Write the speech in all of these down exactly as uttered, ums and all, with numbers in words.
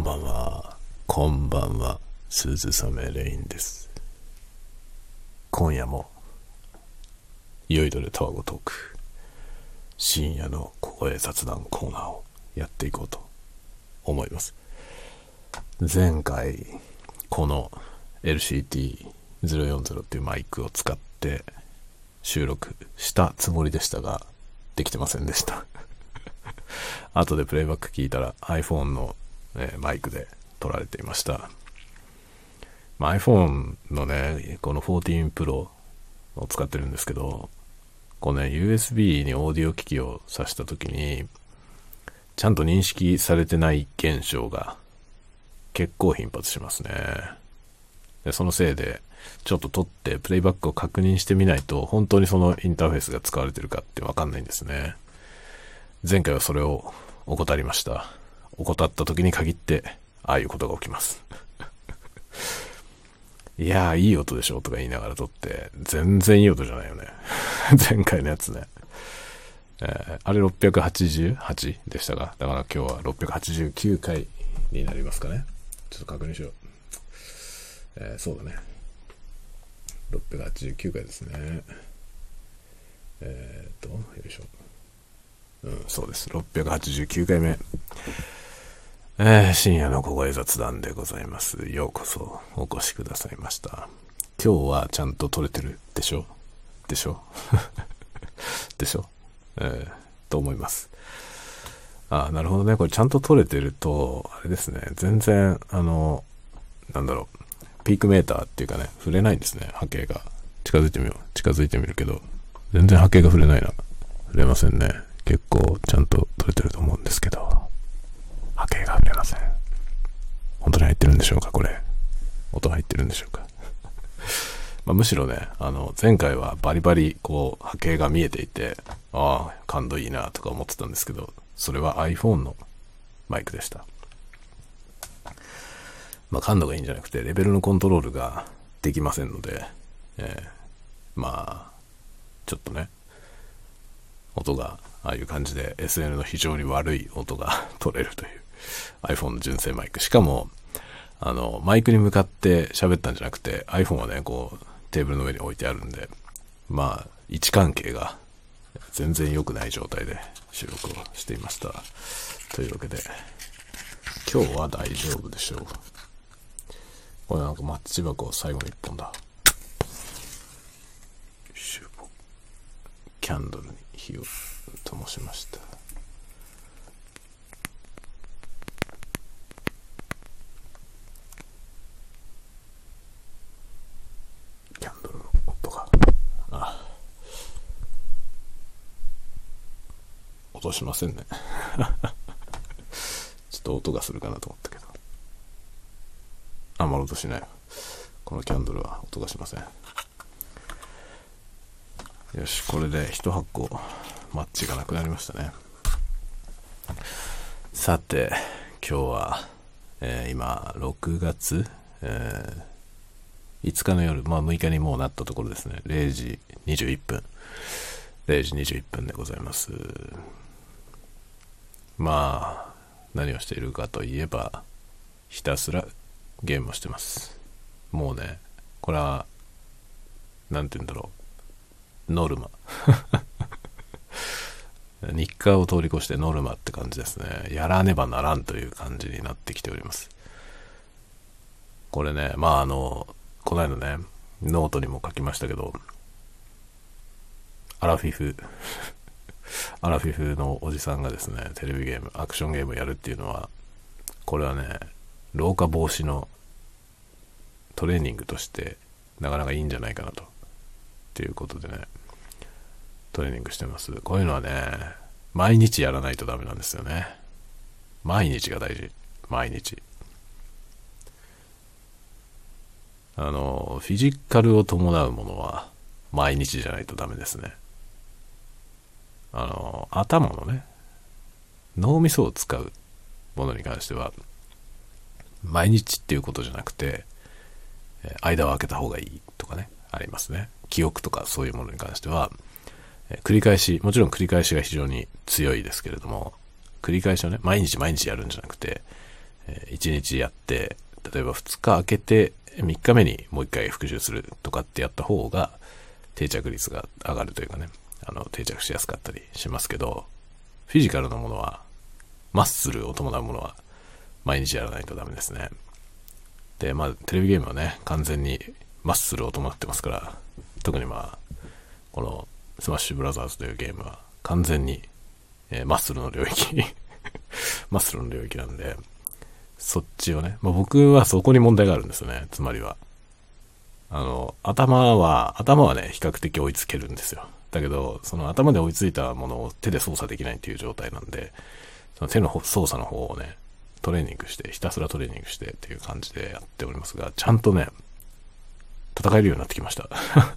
んばんは、こんばんは、鈴雨レインです。今夜も酔いどれタワゴトーク、深夜の小声雑談コーナーをやっていこうと思います。前回この エルシーティーゼロよんゼロ っていうマイクを使って収録したつもりでしたが、できてませんでした後でプレイバック聞いたら iPhone の、えー、マイクで撮られていました。まあ、iPhone のねこのじゅうよん Pro を使ってるんですけど、このね ユーエスビー にオーディオ機器を挿した時にちゃんと認識されてない現象が結構頻発しますね。でそのせいでちょっと撮ってプレイバックを確認してみないと本当にそのインターフェースが使われてるかって分かんないんですね。前回はそれを怠りました。怠った時に限ってああいうことが起きますいやーいい音でしょとか言いながら撮って全然いい音じゃないよね前回のやつね、えー、あれろっぴゃくはちじゅうはちでしたが、だから今日はろっぴゃくはちじゅうきゅうかいになりますかね。ちょっと確認しよう。えー、そうだね、ろっぴゃくはちじゅうきゅうかいですね。えー、っとよいしょ、うん、そうです、ろっぴゃくはちじゅうきゅうかいめ、えー、深夜の小声雑談でございます。ようこそお越しくださいました。今日はちゃんと撮れてるでしょでしょでしょ、えー、と思います。あ、なるほどね。これちゃんと撮れてるとあれですね、全然あのなんだろう、ピークメーターっていうかね、触れないんですね、波形が。近づいてみよう。近づいてみるけど全然波形が触れないな。触れませんね。結構ちゃんと撮れてると思うんですけど波形が触れません。本当に入ってるんでしょうか、これ。音入ってるんでしょうかまあむしろね、あの前回はバリバリこう波形が見えていて、ああ感度いいなとか思ってたんですけど、それは iPhone のマイクでした。まあ感度がいいんじゃなくてレベルのコントロールができませんので、えー、まあちょっとね音がああいう感じで エスエヌ の非常に悪い音が取れるという iPhone の純正マイク。しかもあのマイクに向かって喋ったんじゃなくて iPhone はねこうテーブルの上に置いてあるんで、まあ位置関係が全然良くない状態で収録をしていました。というわけで今日は大丈夫でしょう。これなんかマッチ箱最後の一本だ。キャンドルに火を灯しました。キャンドルの音が、あ、音しませんねちょっと音がするかなと思ったけど、あんまり音しない。このキャンドルは音がしません。よし、これで一箱マッチがなくなりましたね。さて今日は、えー、今ろくがつ、えー、いつかの夜、まあむいかにもうなったところですね。れいじにじゅういっぷんれいじにじゅういっぷんでございます。まあ何をしているかといえばひたすらゲームをしてます。もうねこれはなんて言うんだろう、ノルマ日課を通り越してノルマって感じですね。やらねばならんという感じになってきております。これね、まああのこの間ねノートにも書きましたけど、アラフィフアラフィフのおじさんがですねテレビゲームアクションゲームをやるっていうのは、これはね老化防止のトレーニングとしてなかなかいいんじゃないかなとっていうことでねトレーニングしてます。こういうのはね毎日やらないとダメなんですよね。毎日が大事。毎日あのフィジカルを伴うものは毎日じゃないとダメですね。あの頭のね脳みそを使うものに関しては毎日っていうことじゃなくて間を空けた方がいいとかねありますね。記憶とかそういうものに関しては繰り返し、もちろん繰り返しが非常に強いですけれども、繰り返しをね毎日毎日やるんじゃなくて、 えー、いちにちやって、例えばふつか空けてみっかめにもう一回復習するとかってやった方が定着率が上がるというかね、あの定着しやすかったりしますけど、フィジカルのものは、マッスルを伴うものは毎日やらないとダメですね。で、まあテレビゲームはね、完全にマッスルを伴ってますから、特にまあこのスマッシュブラザーズというゲームは完全に、えー、マッスルの領域マッスルの領域なんで、そっちをね、まあ、僕はそこに問題があるんですよね。つまりはあの頭は頭はね比較的追いつけるんですよ。だけどその頭で追いついたものを手で操作できないっていう状態なんで、その手の操作の方をねトレーニングして、ひたすらトレーニングしてっていう感じでやっておりますが、ちゃんとね戦えるようになってきました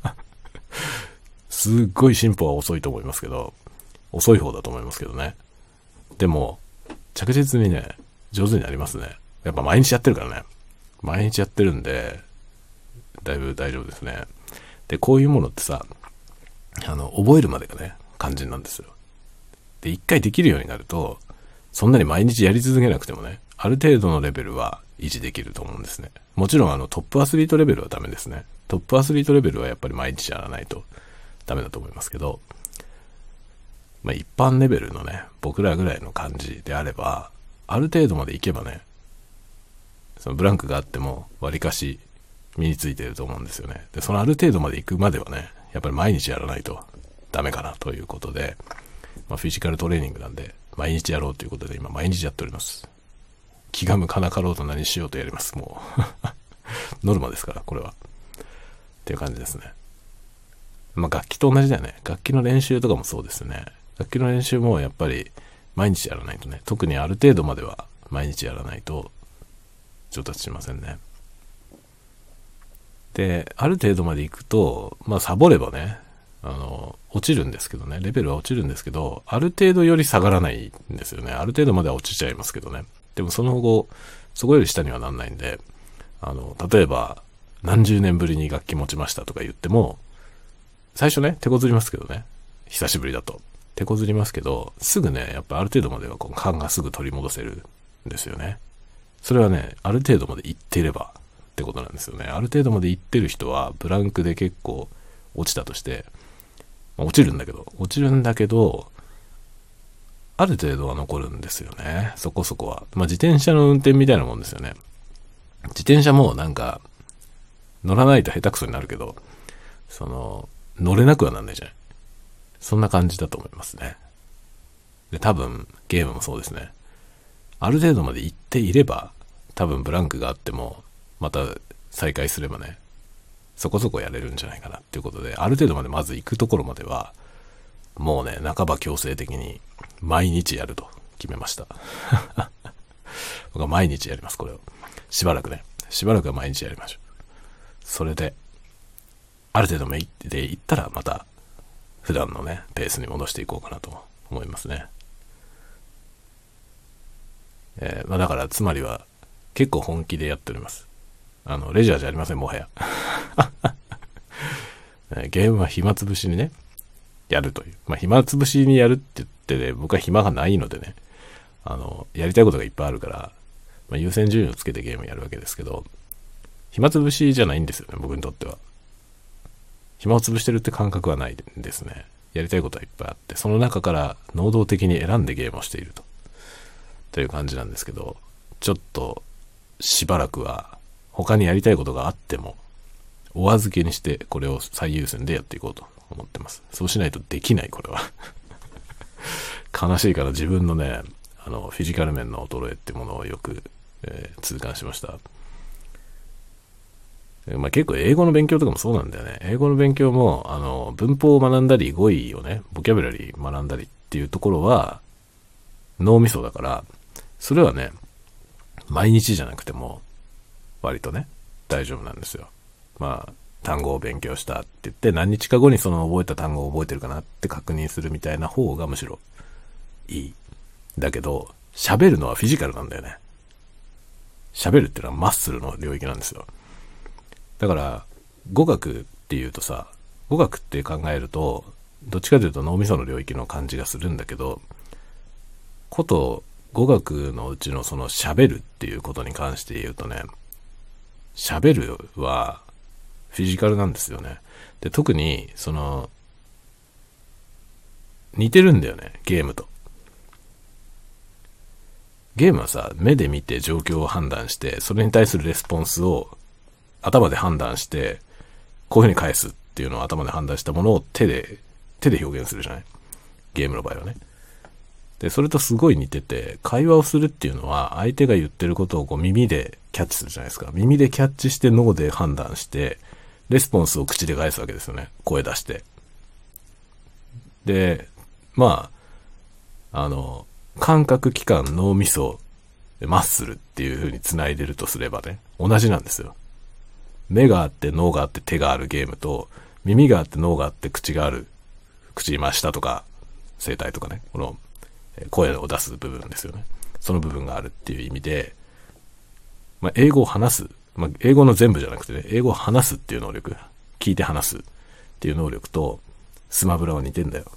すっごい進歩は遅いと思いますけど、遅い方だと思いますけどね。でも着実にね上手になりますね。やっぱ毎日やってるからね。毎日やってるんでだいぶ大丈夫ですね。で、こういうものってさ、あの覚えるまでがね肝心なんですよ。で、一回できるようになると、そんなに毎日やり続けなくてもね、ある程度のレベルは維持できると思うんですね。もちろんあのトップアスリートレベルはダメですね。トップアスリートレベルはやっぱり毎日やらないとダメだと思いますけど、まあ一般レベルのね、僕らぐらいの感じであれば、ある程度までいけばね、そのブランクがあってもわりかし身についてると思うんですよね。で、そのある程度まで行くまではね、やっぱり毎日やらないとダメかなということで、まあ、フィジカルトレーニングなんで毎日やろうということで今毎日やっております。気が向かなかろうと何しようとやります。もうノルマですからこれはっていう感じですね。まあ楽器と同じだよね。楽器の練習とかもそうですね。楽器の練習もやっぱり毎日やらないとね、特にある程度までは毎日やらないと上達しませんね。で、ある程度まで行くと、まあサボればね、あの落ちるんですけどね、レベルは落ちるんですけど、ある程度より下がらないんですよね。ある程度までは落ちちゃいますけどね。でもその後そこより下にはなんないんで、あの例えば何十年ぶりに楽器持ちましたとか言っても、最初ね手こずりますけどね、久しぶりだと手こずりますけど、すぐねやっぱある程度まではこう感がすぐ取り戻せるんですよね。それはねある程度まで行っていればってことなんですよね。ある程度まで行ってる人はブランクで結構落ちたとして、まあ、落ちるんだけど落ちるんだけどある程度は残るんですよね。そこそこは。まあ自転車の運転みたいなもんですよね。自転車もなんか乗らないと下手くそになるけど、その乗れなくはなんないじゃない。そんな感じだと思いますね。で、多分ゲームもそうですね。ある程度まで行っていれば、多分ブランクがあってもまた再開すればね、そこそこやれるんじゃないかなっていうことで、ある程度までまず行くところまではもうね半ば強制的に毎日やると決めました僕は毎日やります。これをしばらくねしばらくは毎日やりましょう。それである程度までいったらまた普段のねペースに戻していこうかなと思いますね。えーまあ、だからつまりは結構本気でやっております。あのレジャーじゃありません、もはやゲームは暇つぶしにねやるという、まあ暇つぶしにやるって言ってね、僕は暇がないのでね、あのやりたいことがいっぱいあるから、まあ、優先順位をつけてゲームやるわけですけど、暇つぶしじゃないんですよね、僕にとっては。暇を潰してるって感覚はないんですね。やりたいことはいっぱいあって、その中から能動的に選んでゲームをしているとという感じなんですけど、ちょっとしばらくは他にやりたいことがあってもお預けにしてこれを最優先でやっていこうと思ってます。そうしないとできない、これは悲しいから自分のね、あのフィジカル面の衰えってものをよく、えー、痛感しました。まあ、結構英語の勉強とかもそうなんだよね。英語の勉強もあの文法を学んだり語彙をね、ボキャブラリー学んだりっていうところは脳みそだから、それはね毎日じゃなくても割とね大丈夫なんですよ。まあ単語を勉強したって言って何日か後にその覚えた単語を覚えてるかなって確認するみたいな方がむしろいい。だけど喋るのはフィジカルなんだよね。喋るっていうのはマッスルの領域なんですよ。だから語学っていうとさ、語学って考えるとどっちかというと脳みその領域の感じがするんだけど、こと語学のうちのその喋るっていうことに関して言うとね、喋るはフィジカルなんですよね。で、特にその似てるんだよね、ゲームと。ゲームはさ、目で見て状況を判断して、それに対するレスポンスを頭で判断して、こういう風に返すっていうのを頭で判断したものを手で、手で表現するじゃない？ゲームの場合はね。で、それとすごい似てて、会話をするっていうのは、相手が言ってることをこう耳でキャッチするじゃないですか。耳でキャッチして脳で判断して、レスポンスを口で返すわけですよね。声出して。で、まあ、あの、感覚器官、脳みそ、マッスルっていう風に繋いでるとすればね、同じなんですよ。目があって脳があって手があるゲームと、耳があって脳があって口がある、口真下とか声帯とかね、この声を出す部分ですよね。その部分があるっていう意味で、まあ、英語を話す、まあ、英語の全部じゃなくてね、英語を話すっていう能力、聞いて話すっていう能力とスマブラは似てんだよ。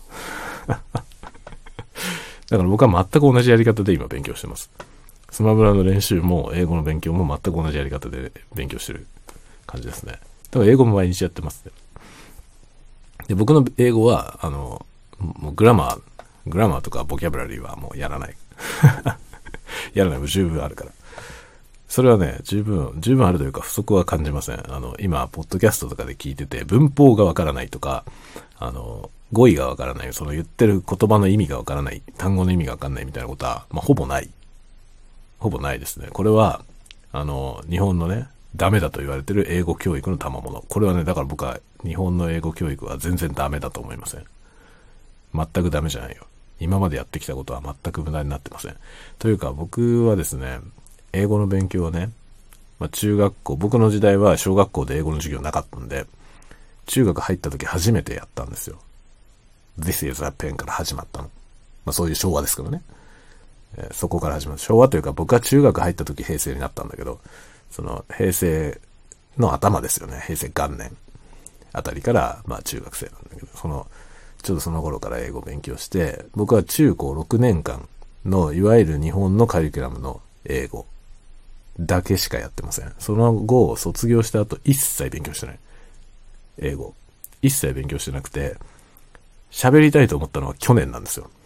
だから僕は全く同じやり方で今勉強してます。スマブラの練習も英語の勉強も全く同じやり方で勉強してる感じですね。だから英語も毎日やってますね。で、僕の英語は、あの、もうグラマー、グラマーとかボキャブラリーはもうやらない。やらない。もう十分あるから。それはね、十分、十分あるというか不足は感じません。あの、今、ポッドキャストとかで聞いてて、文法がわからないとか、あの、語彙がわからない、その言ってる言葉の意味がわからない、単語の意味がわからないみたいなことは、まあ、ほぼない。ほぼないですね。これは、あの、日本のね、ダメだと言われてる英語教育の賜物。これはね、だから僕は日本の英語教育は全然ダメだと思いません。全くダメじゃないよ。今までやってきたことは全く無駄になってません。というか僕はですね、英語の勉強はね、まあ、中学校、僕の時代は小学校で英語の授業なかったんで、中学入った時初めてやったんですよ。This is a pen から始まったの。まあそういう昭和ですけどね。えー、そこから始まった。昭和というか僕は中学入った時平成になったんだけど、その平成の頭ですよね。平成元年あたりからまあ中学生なんだけど、そのちょうどその頃から英語を勉強して、僕は中高ろくねんかんのいわゆる日本のカリキュラムの英語だけしかやってません。その後卒業した後一切勉強してない。英語一切勉強してなくて、喋りたいと思ったのは去年なんですよ。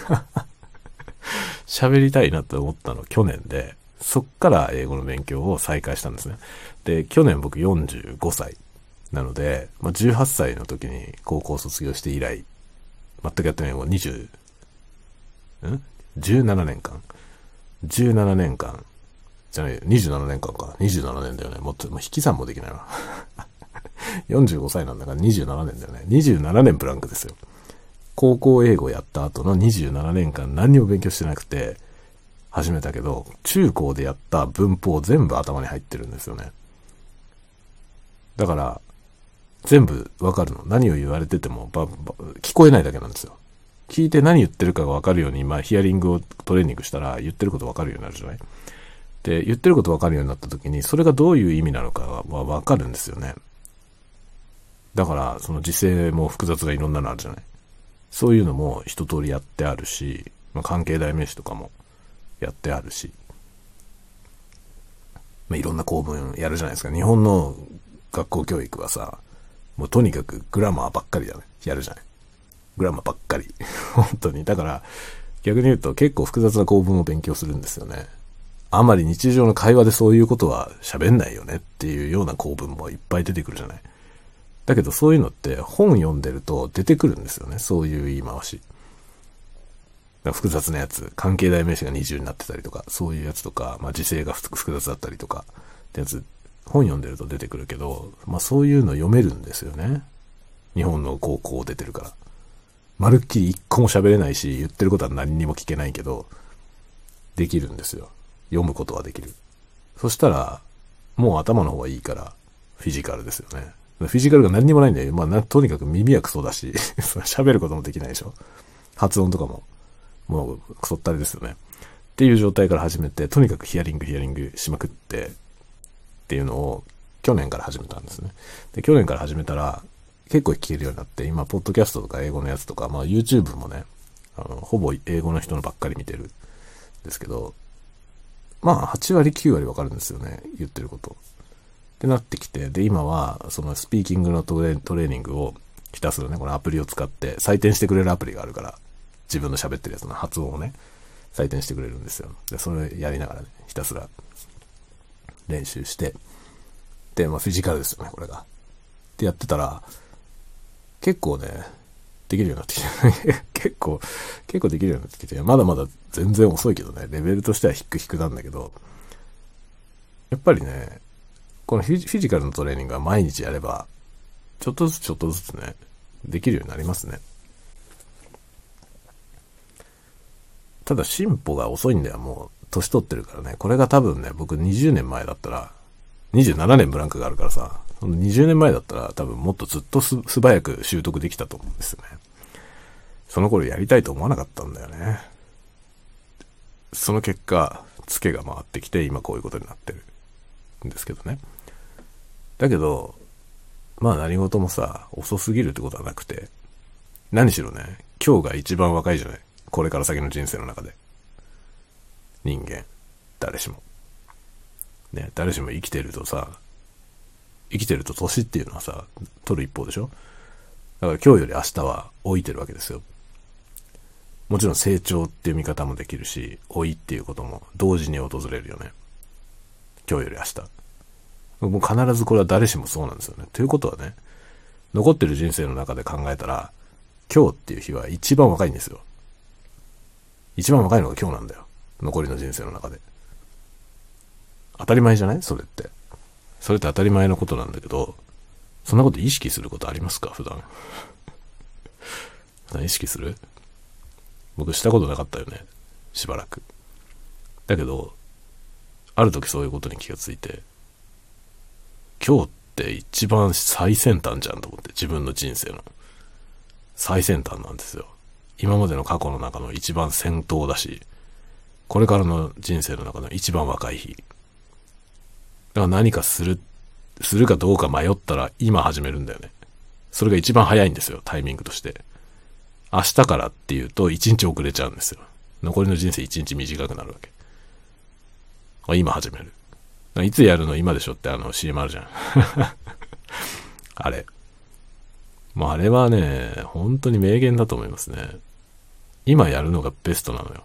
喋りたいなと思ったのは去年で、そっから英語の勉強を再開したんですね。で、去年僕よんじゅうごさいなので、まあ、じゅうはっさいの時に高校卒業して以来、全くやってないのがにじゅう、ん ?じゅうななねんかん。じゅうななねんかん。じゃない、にじゅうななねんかんか。にじゅうななねんだよね。もっと、もう引き算もできないわ。よんじゅうごさいなんだからにじゅうななねんだよね。にじゅうななねんブランクですよ。高校英語やった後のにじゅうななねんかん何にも勉強してなくて始めたけど、中高でやった文法全部頭に入ってるんですよね。だから全部わかるの。何を言われててもばば聞こえないだけなんですよ。聞いて何言ってるかがわかるように、まあヒアリングをトレーニングしたら言ってることわかるようになるじゃない。で、言ってることわかるようになった時にそれがどういう意味なのかはわかるんですよね。だからその時制も複雑がいろんなのあるじゃない。そういうのも一通りやってあるし、まあ、関係代名詞とかもやってあるし、まあ、いろんな構文やるじゃないですか。日本の学校教育はさ、もうとにかくグラマーばっかりだね。やるじゃない。グラマーばっかり。本当に。だから逆に言うと結構複雑な構文を勉強するんですよね。あんまり日常の会話でそういうことは喋んないよねっていうような構文もいっぱい出てくるじゃない。だけどそういうのって本読んでると出てくるんですよね。そういう言い回し。複雑なやつ、関係代名詞が二重になってたりとか、そういうやつとか、まあ時制が複雑だったりとかってやつ、本読んでると出てくるけど、まあそういうの読めるんですよね。日本の高校出てるから。まるっきり一個も喋れないし、言ってることは何にも聞けないけど、できるんですよ。読むことはできる。そしたら、もう頭の方がいいから、フィジカルですよね。フィジカルが何にもないんだよ。まあな、とにかく耳はクソだし、喋ることもできないでしょ。発音とかも、もうクソったれですよね。っていう状態から始めて、とにかくヒアリングヒアリングしまくって、っていうのを去年から始めたんですね。で、去年から始めたら、結構聞けるようになって、今、ポッドキャストとか英語のやつとか、まあ YouTube もね、あの、ほぼ英語の人のばっかり見てるっですけど、まあはちわりきゅうわりわかるんですよね、言ってることってなってきて、で今はそのスピーキングのトレ、トレーニングをひたすらね、このアプリを使って採点してくれるアプリがあるから、自分の喋ってるやつの発音をね採点してくれるんですよ。でそれやりながらね、ひたすら練習して、でまあフィジカルですよね、これが。ってやってたら結構ねできるようになってきて結構結構できるようになってきて、まだまだ全然遅いけどね、レベルとしてはヒックヒクなんだけど、やっぱりねこのフィジ、フィジカルのトレーニングは毎日やればちょっとずつちょっとずつねできるようになりますね。ただ進歩が遅いんだよ、もう年取ってるからね。これが多分ね、僕にじゅうねんまえだったら、にじゅうななねんブランクがあるからさ、にじゅうねんまえだったら多分もっとずっとす素早く習得できたと思うんですよね。その頃やりたいと思わなかったんだよね。その結果ツケが回ってきて今こういうことになってるんですけどね。だけどまあ何事もさ遅すぎるってことはなくて、何しろね今日が一番若いじゃない、これから先の人生の中で。人間誰しもね、誰しも生きてるとさ、生きてると年っていうのはさ取る一方でしょ。だから今日より明日は老いてるわけですよ。もちろん成長っていう見方もできるし、老いっていうことも同時に訪れるよね、今日より明日。もう必ずこれは誰しもそうなんですよね。ということはね、残ってる人生の中で考えたら今日っていう日は一番若いんですよ。一番若いのが今日なんだよ、残りの人生の中で。当たり前じゃない？それってそれって当たり前のことなんだけど、そんなこと意識することありますか？普段普段意識する？僕したことなかったよね、しばらく。だけどある時そういうことに気がついて、今日って一番最先端じゃんと思って、自分の人生の最先端なんですよ。今までの過去の中の一番先頭だし、これからの人生の中の一番若い日だから、何かするするかどうか迷ったら今始めるんだよね。それが一番早いんですよ、タイミングとして。明日からっていうと一日遅れちゃうんですよ。残りの人生一日短くなるわけ。今始める。いつやるの今でしょってあの シーエム あるじゃんあれもうあれはね本当に名言だと思いますね。今やるのがベストなのよ。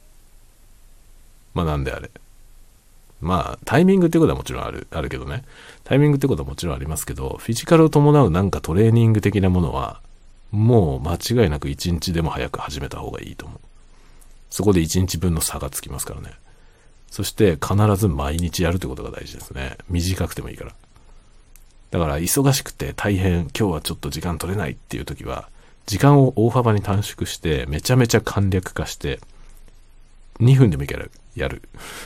まあなんであれ、まあタイミングってことはもちろんあるあるけどね、タイミングってことはもちろんありますけど、フィジカルを伴うなんかトレーニング的なものはもう間違いなく一日でも早く始めた方がいいと思う。そこで一日分の差がつきますからね。そして必ず毎日やるってことが大事ですね。短くてもいいから。だから忙しくて大変、今日はちょっと時間取れないっていう時は時間を大幅に短縮してめちゃめちゃ簡略化してにふんでもいいからやる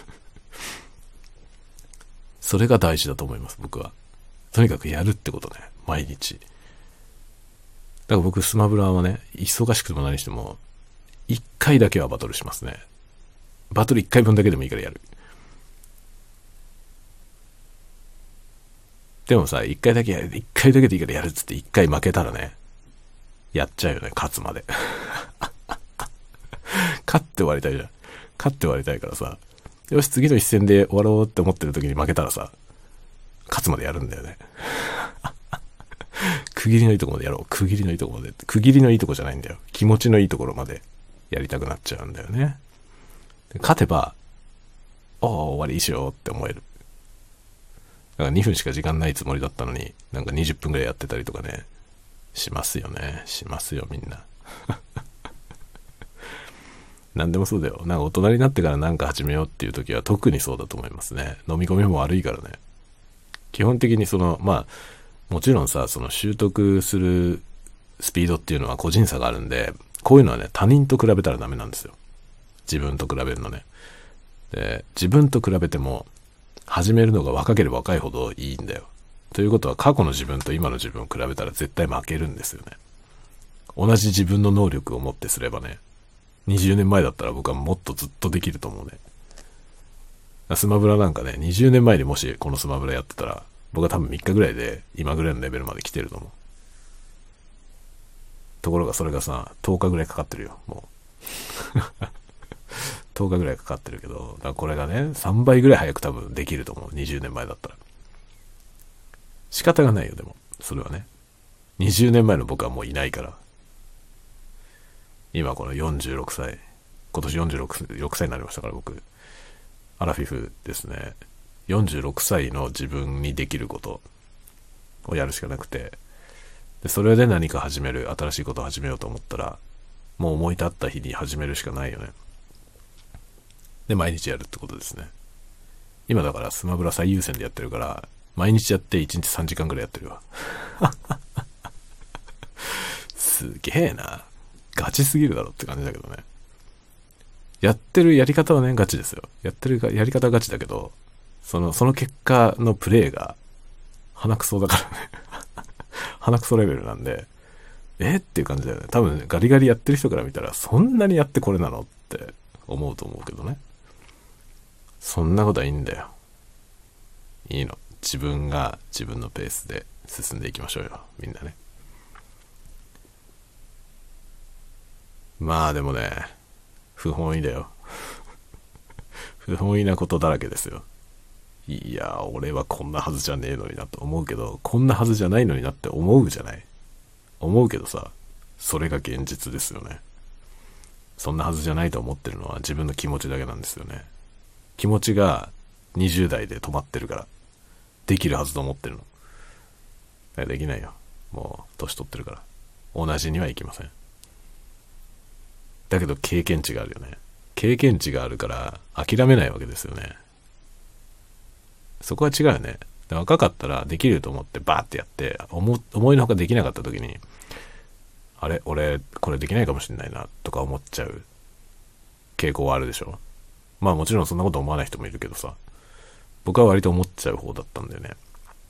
それが大事だと思います、僕は。とにかくやるってことね、毎日。だから僕スマブラはね、忙しくても何してもいっかいだけはバトルしますね。バトルいっかいぶんだけでもいいからやる。でもさ、いっかいだけやる、いっかいだけでいいからやるっつっていっかい負けたらね、やっちゃうよね、勝つまで勝って終わりたいじゃん。勝って終わりたいからさ、よし次の一戦で終わろうって思ってる時に負けたらさ、勝つまでやるんだよね区切りのいいとこまでやろう。区切りのいいとこまで。区切りのいいとこじゃないんだよ。気持ちのいいところまでやりたくなっちゃうんだよね。で勝てば、おー終わりにしようって思える。だからにふんしか時間ないつもりだったのに、なんかにじゅっぷんぐらいやってたりとかね、しますよね。しますよ、みんな。なんでもそうだよ。なんか大人になってからなんか始めようっていう時は特にそうだと思いますね。飲み込みも悪いからね。基本的にその、まあ、もちろんさ、その習得するスピードっていうのは個人差があるんで、こういうのはね、他人と比べたらダメなんですよ。自分と比べるのね。で、自分と比べても、始めるのが若ければ若いほどいいんだよ。ということは過去の自分と今の自分を比べたら絶対負けるんですよね。同じ自分の能力を持ってすればね、にじゅうねんまえだったら僕はもっとずっとできると思うね。スマブラなんかね、にじゅうねんまえにもしこのスマブラやってたら、僕は多分みっかぐらいで今ぐらいのレベルまで来てると思う。ところがそれがさ、とおかぐらいかかってるよ、もう。 とおかぐらいかかってるけど、だからこれがね、さんばいぐらい早く多分できると思う。にじゅうねんまえだったら。仕方がないよ、でも。それはね。にじゅうねんまえの僕はもういないから。今このよんじゅうろくさい。今年よんじゅうろく、ろくさいになりましたから僕。アラフィフですね。よんじゅうろくさいの自分にできることをやるしかなくて。で、それで何か始める、新しいことを始めようと思ったら、もう思い立った日に始めるしかないよね。で、毎日やるってことですね。今だからスマブラ最優先でやってるから、毎日やっていちにちさんじかんぐらいやってるわ。すげえな。ガチすぎるだろって感じだけどね。やってるやり方はね、ガチですよ。やってるやり方はガチだけど、その、その結果のプレイが鼻くそだからね。鼻くそレベルなんで、えっていう感じだよね。多分ガリガリやってる人から見たら、そんなにやってこれなのって思うと思うけどね。そんなことはいいんだよ。いいの。自分が自分のペースで進んでいきましょうよ。みんなね。まあでもね、不本意だよ。不本意なことだらけですよ。いや、俺はこんなはずじゃねえのになと思うけど、こんなはずじゃないのになって思うじゃない。思うけどさ、それが現実ですよね。そんなはずじゃないと思ってるのは自分の気持ちだけなんですよね。気持ちがにじゅう代で止まってるから、できるはずと思ってるの。だからできないよ。もう年取ってるから。同じにはいきません。だけど経験値があるよね。経験値があるから諦めないわけですよね。そこは違うよね。若かったらできると思ってバーってやって思、思いのほかできなかった時に、あれ俺これできないかもしれないなとか思っちゃう傾向はあるでしょ。まあもちろんそんなこと思わない人もいるけどさ、僕は割と思っちゃう方だったんだよね。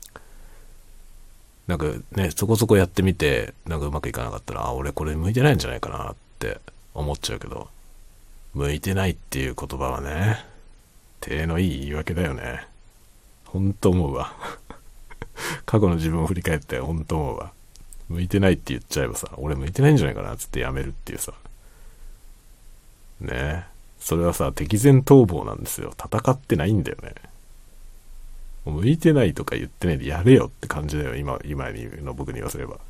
なんかね、そこそこやってみてなんかうまくいかなかったら、あ、俺これ向いてないんじゃないかなって思っちゃうけど、向いてないっていう言葉はね、手のいい言い訳だよね。ほんと思うわ。過去の自分を振り返ってほんと思うわ。向いてないって言っちゃえばさ、俺向いてないんじゃないかなっつってやめるっていうさ。ねえ。それはさ、敵前逃亡なんですよ。戦ってないんだよね。もう向いてないとか言ってないでやれよって感じだよ。今、今の僕に言わせれば。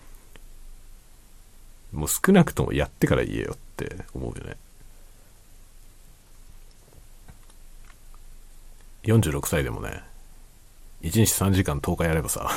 もう少なくともやってから言えよって思うよね。よんじゅうろくさいでもね、いちにちさんじかんとおかやればさ、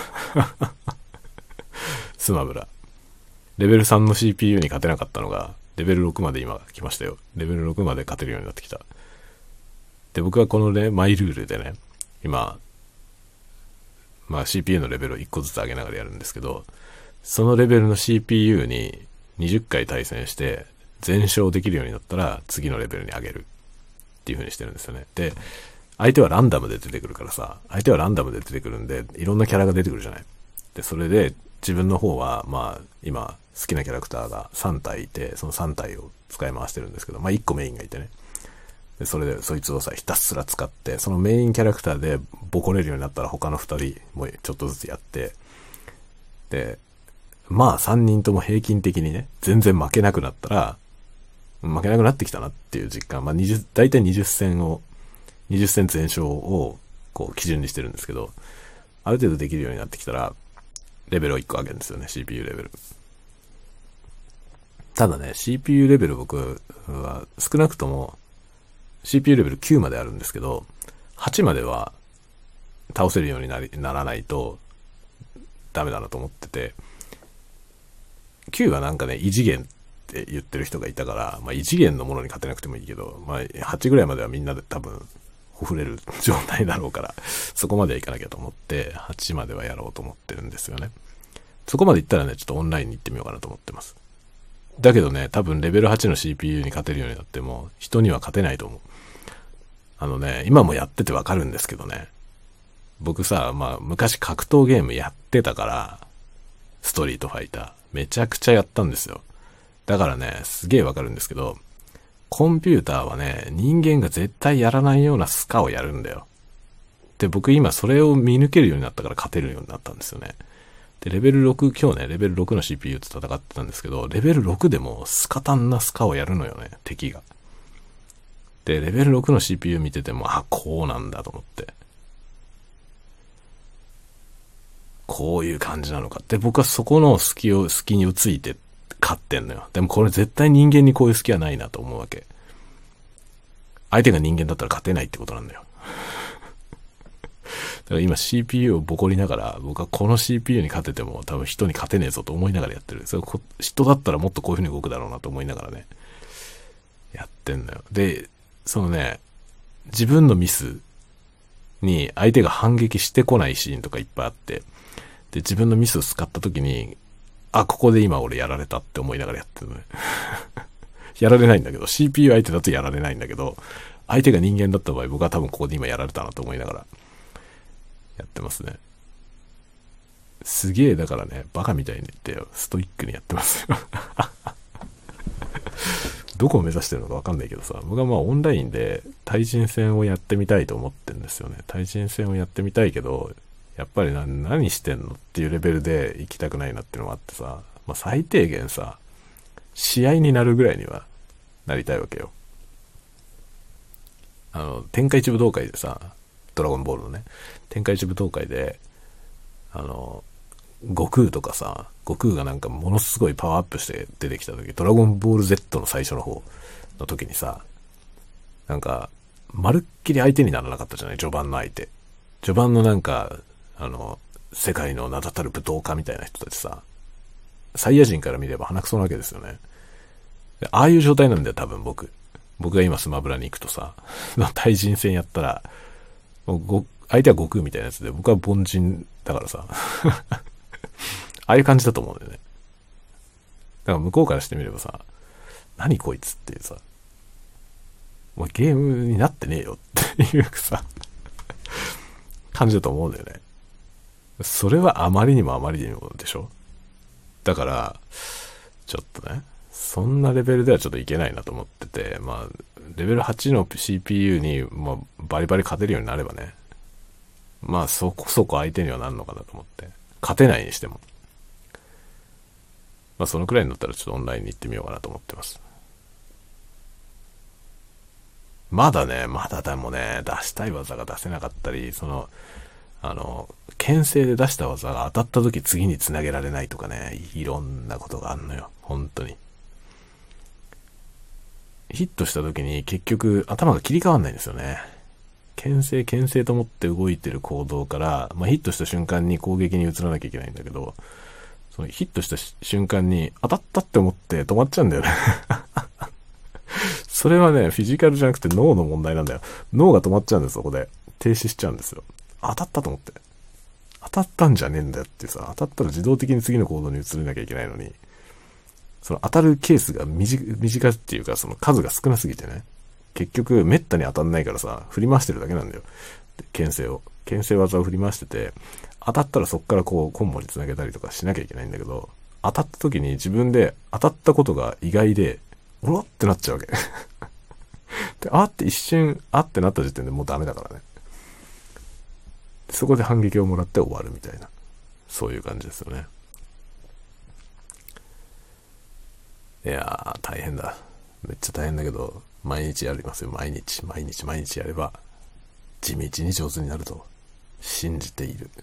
スマブラ。レベルさんの シーピーユー に勝てなかったのが、レベルろくまで今来ましたよ。レベルろくまで勝てるようになってきた。で、僕はこのね、マイルールでね、今、まあ シーピーユー のレベルをいっこずつ上げながらやるんですけど、そのレベルの シーピーユー ににじゅっかい対戦して全勝できるようになったら次のレベルに上げるっていう風にしてるんですよね。で、相手はランダムで出てくるからさ、相手はランダムで出てくるんで、いろんなキャラが出てくるじゃない。で、それで自分の方は、まあ、今好きなキャラクターがさんたいいて、そのさんたいを使い回してるんですけど、まあいっこメインがいてね。で、それでそいつをさ、ひたすら使って、そのメインキャラクターでボコれるようになったら他のふたりもちょっとずつやって、で、まあさんにんとも平均的にね、全然負けなくなったら、負けなくなってきたなっていう実感、まあにじゅう、だいたいにじゅっせんを、にじゅっせん全勝をこう基準にしてるんですけど、ある程度できるようになってきたら、レベルをいっこ上げるんですよね、シーピーユー レベル。ただね、シーピーユー レベル僕は少なくとも シーピーユー レベルきゅうまであるんですけど、はちまでは倒せるようになり、ならないとダメだなと思ってて、きゅうはなんかね、異次元って言ってる人がいたから、まあ異次元のものに勝てなくてもいいけど、まあはちぐらいまではみんなで多分、ほふれる状態だろうから、そこまではいかなきゃと思って、はちまではやろうと思ってるんですよね。そこまで行ったらね、ちょっとオンラインに行ってみようかなと思ってます。だけどね、多分レベルはちの シーピーユー に勝てるようになっても、人には勝てないと思う。あのね、今もやっててわかるんですけどね、僕さ、まあ昔格闘ゲームやってたから、ストリートファイター、めちゃくちゃやったんですよ。だからね、すげえわかるんですけど、コンピューターはね、人間が絶対やらないようなスカをやるんだよ。で、僕今それを見抜けるようになったから勝てるようになったんですよね。で、レベルろく、今日ね、レベルろくの シーピーユー と戦ってたんですけど、レベルろくでもスカタンなスカをやるのよね、敵が。 で、レベルろくの シーピーユー 見てても、あ、こうなんだと思って。こういう感じなのか。で、僕はそこの隙を、隙について勝ってんのよ。でもこれ絶対人間にこういう隙はないなと思うわけ。相手が人間だったら勝てないってことなんだよ。だから今 シーピーユー をボコりながら、僕はこの シーピーユー に勝てても多分人に勝てねえぞと思いながらやってる。それ人だったらもっとこういう風に動くだろうなと思いながらね、やってんのよ。で、そのね、自分のミスに相手が反撃してこないシーンとかいっぱいあって、で、自分のミスを使った時に、あ、ここで今俺やられたって思いながらやってるのね。やられないんだけど、シーピーユー 相手だとやられないんだけど、相手が人間だった場合、僕は多分ここで今やられたなと思いながら、やってますね。すげえ、だからね、バカみたいに言って、ストイックにやってますよ。どこを目指してるのかわかんないけどさ、僕はまあオンラインで対人戦をやってみたいと思ってるんですよね。対人戦をやってみたいけど、やっぱりな何してんのっていうレベルで行きたくないなっていうのもあってさ、まあ最低限さ、試合になるぐらいにはなりたいわけよ。あの、天下一武道会でさ、ドラゴンボールのね、天下一武道会で、あの、悟空とかさ、悟空がなんかものすごいパワーアップして出てきた時、ドラゴンボール Z の最初の方の時にさ、なんか、まるっきり相手にならなかったじゃない、序盤の相手。序盤のなんか、あの、世界の名だたる武道家みたいな人たちさ、サイヤ人から見れば鼻くそなわけですよね。で、ああいう状態なんだよ、多分僕。僕が今スマブラに行くとさ、対人戦やったら、ご相手は悟空みたいなやつで、僕は凡人だからさ、ああいう感じだと思うんだよね。だから向こうからしてみればさ、何こいつっていうさ、もうゲームになってねえよっていうさ、感じだと思うんだよね。それはあまりにもあまりにもでしょ。だから、ちょっとね、そんなレベルではちょっといけないなと思ってて、まあ、レベルはちの シーピーユー に、まあ、バリバリ勝てるようになればね、まあそこそこ相手にはなるのかなと思って、勝てないにしても、まあそのくらいになったらちょっとオンラインに行ってみようかなと思ってます。まだね、まだでもね、出したい技が出せなかったり、その、あの、牽制で出した技が当たった時次につなげられないとかね、いろんなことがあんのよ、本当に。ヒットした時に結局頭が切り替わんないんですよね。牽制牽制と思って動いてる行動から、まあ、ヒットした瞬間に攻撃に移らなきゃいけないんだけど、そのヒットした瞬間に当たったって思って止まっちゃうんだよね。それはね、フィジカルじゃなくて脳の問題なんだよ。脳が止まっちゃうんです、そこで。停止しちゃうんですよ。当たったと思って。当たったんじゃねえんだよってさ、当たったら自動的に次の行動に移れなきゃいけないのに、その当たるケースが短、短っていうか、その数が少なすぎてね。結局、めったに当たんないからさ、振り回してるだけなんだよ。牽制を。牽制技を振り回してて、当たったらそっからこう、コンボにつなげたりとかしなきゃいけないんだけど、当たった時に自分で当たったことが意外で、おろってなっちゃうわけ。で、あって一瞬、あってなった時点でもうダメだからね。そこで反撃をもらって終わるみたいな。そういう感じですよね。いやー、大変だ。めっちゃ大変だけど、毎日やりますよ。毎日、毎日、毎日やれば、地道に上手になると信じている。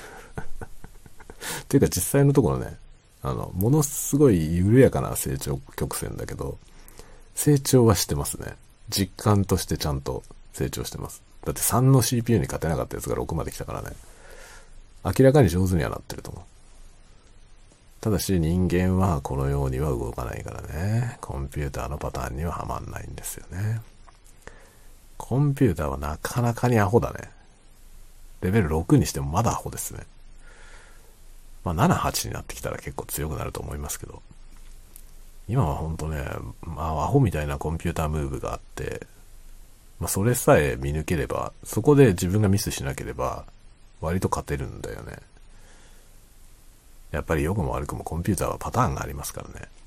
っていうか実際のところね、あの、ものすごい緩やかな成長曲線だけど、成長はしてますね。実感としてちゃんと成長してます。だってさんの シーピーユー に勝てなかったやつがろくまで来たからね。明らかに上手にはなってると思う。ただし人間はこのようには動かないからね。コンピューターのパターンにははまんないんですよね。コンピューターはなかなかにアホだね。レベルろくにしてもまだアホですね。まあなな、はちになってきたら結構強くなると思いますけど。今はほんとね、まあアホみたいなコンピュータームーブがあって、まあそれさえ見抜ければ、そこで自分がミスしなければ、割と勝てるんだよね。やっぱり良くも悪くもコンピューターはパターンがありますからね。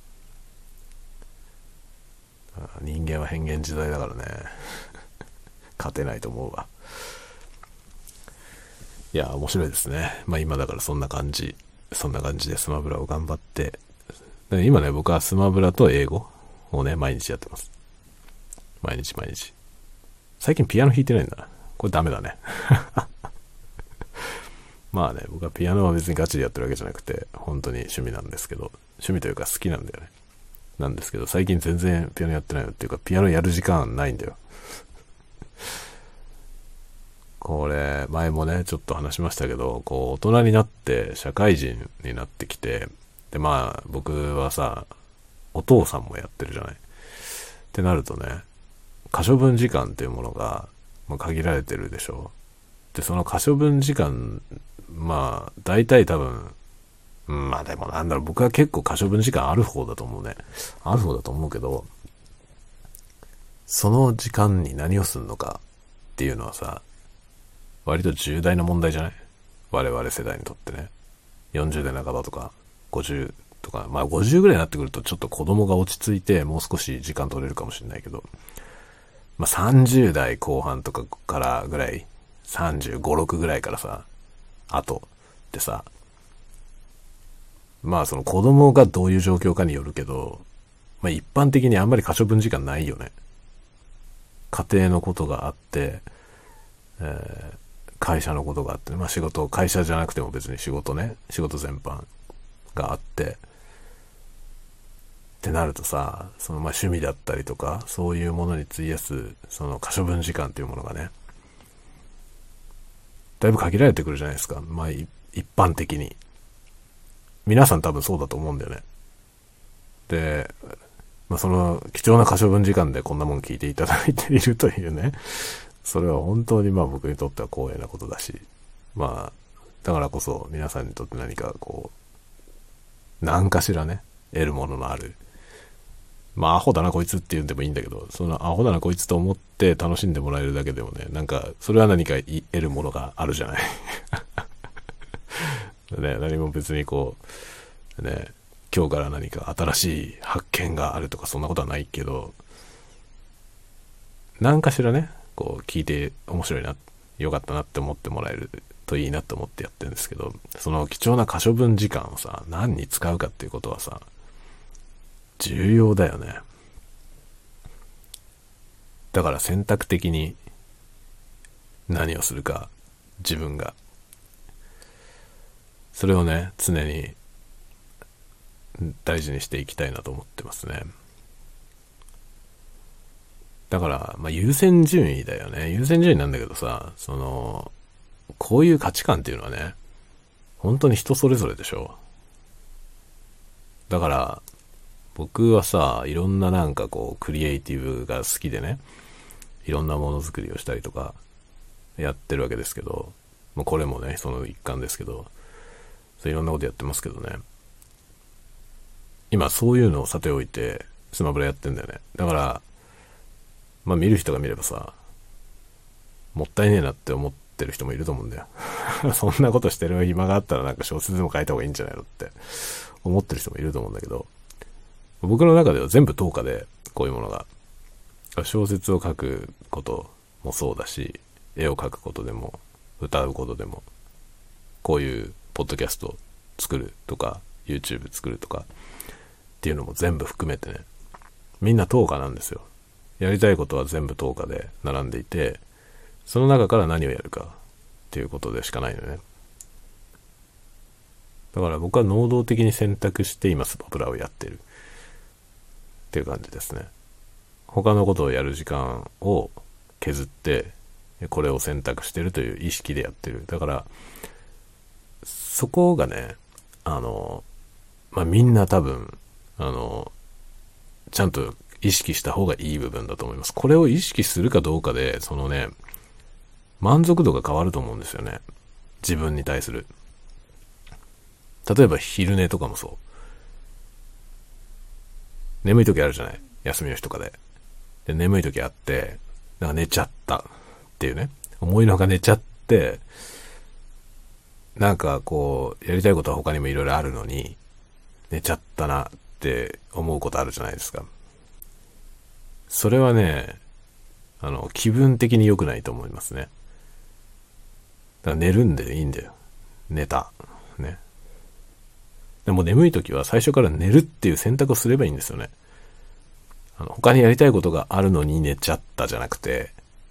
人間は変幻自在だからね。勝てないと思うわ。いや、面白いですね。まあ今だからそんな感じ。そんな感じでスマブラを頑張って。今ね、僕はスマブラと英語をね、毎日やってます。毎日毎日。 最近ピアノ弾いてないんだな。これダメだね。まあね、僕はピアノは別にガチでやってるわけじゃなくて、本当に趣味なんですけど、趣味というか好きなんだよね。なんですけど、最近全然ピアノやってないよっていうか、ピアノやる時間ないんだよ。これ、前もね、ちょっと話しましたけど、こう、大人になって、社会人になってきて、で、まあ、僕はさ、お父さんもやってるじゃない。ってなるとね、可処分時間っていうものが、まあ、限られてるでしょ。で、その可処分時間、まあ、大体多分、まあでもなんだろう、僕は結構可処分時間ある方だと思うね。ある方だと思うけど、その時間に何をするのかっていうのはさ、割と重大な問題じゃない？我々世代にとってね。よんじゅう代半ばとか、ごじゅうとか、まあごじゅうぐらいになってくるとちょっと子供が落ち着いてもう少し時間取れるかもしれないけど、まあさんじゅう代後半とかからぐらい、さんじゅうご、ろくぐらいからさ、あとってさ、まあその子供がどういう状況かによるけど、まあ一般的にあんまり可処分時間ないよね。家庭のことがあって、えー会社のことがあって、まあ仕事、会社じゃなくても別に仕事ね、仕事全般があって、ってなるとさ、そのまあ趣味だったりとか、そういうものに費やす、その可処分時間っていうものがね、だいぶ限られてくるじゃないですか。まあ一般的に。皆さん多分そうだと思うんだよね。で、まあその貴重な可処分時間でこんなもん聞いていただいているというね、それは本当にまあ僕にとっては光栄なことだし、まあ、だからこそ皆さんにとって何かこう、何かしらね、得るもののある。まあアホだなこいつって言うんでもいいんだけど、そのアホだなこいつと思って楽しんでもらえるだけでもね、なんか、それは何か得るものがあるじゃない。ね、何も別にこう、ね、今日から何か新しい発見があるとかそんなことはないけど、何かしらね、こう聞いて面白いな、良かったなって思ってもらえるといいなと思ってやってるんですけど、その貴重な可処分時間をさ、何に使うかっていうことはさ、重要だよね。だから選択的に何をするか、自分が。それをね、常に大事にしていきたいなと思ってますね。だから、まあ、優先順位だよね。優先順位なんだけどさ、その、こういう価値観っていうのはね、本当に人それぞれでしょ。だから、僕はさ、いろんななんかこう、クリエイティブが好きでね、いろんなものづくりをしたりとか、やってるわけですけど、まあ、これもね、その一環ですけど、そういろんなことやってますけどね。今、そういうのをさておいて、スマブラやってんだよね。だから、まあ見る人が見ればさ、もったいねえなって思ってる人もいると思うんだよ。そんなことしてる暇があったらなんか小説でも書いた方がいいんじゃないのって思ってる人もいると思うんだけど、僕の中では全部等価で、こういうものが。小説を書くこともそうだし、絵を描くことでも、歌うことでも、こういうポッドキャスト作るとか、YouTube 作るとかっていうのも全部含めてね、みんな等価なんですよ。やりたいことは全部等価で並んでいて、その中から何をやるかっていうことでしかないのね。だから僕は能動的に選択して今スマブラをやってるっていう感じですね。他のことをやる時間を削ってこれを選択してるという意識でやってる。だからそこがね、あのまあみんな多分あのちゃんと意識した方がいい部分だと思います。これを意識するかどうかで、そのね、満足度が変わると思うんですよね。自分に対する。例えば昼寝とかもそう。眠い時あるじゃない？休みの日とかで。で、眠い時あって、なんか寝ちゃったっていうね。思いのほか寝ちゃって、なんかこう、やりたいことは他にもいろいろあるのに、寝ちゃったなって思うことあるじゃないですか。それはね、あの、気分的に良くないと思いますね。だから寝るんでいいんだよ。寝た。ね。でも眠い時は最初から寝るっていう選択をすればいいんですよね。あの、他にやりたいことがあるのに寝ちゃったじゃなくて、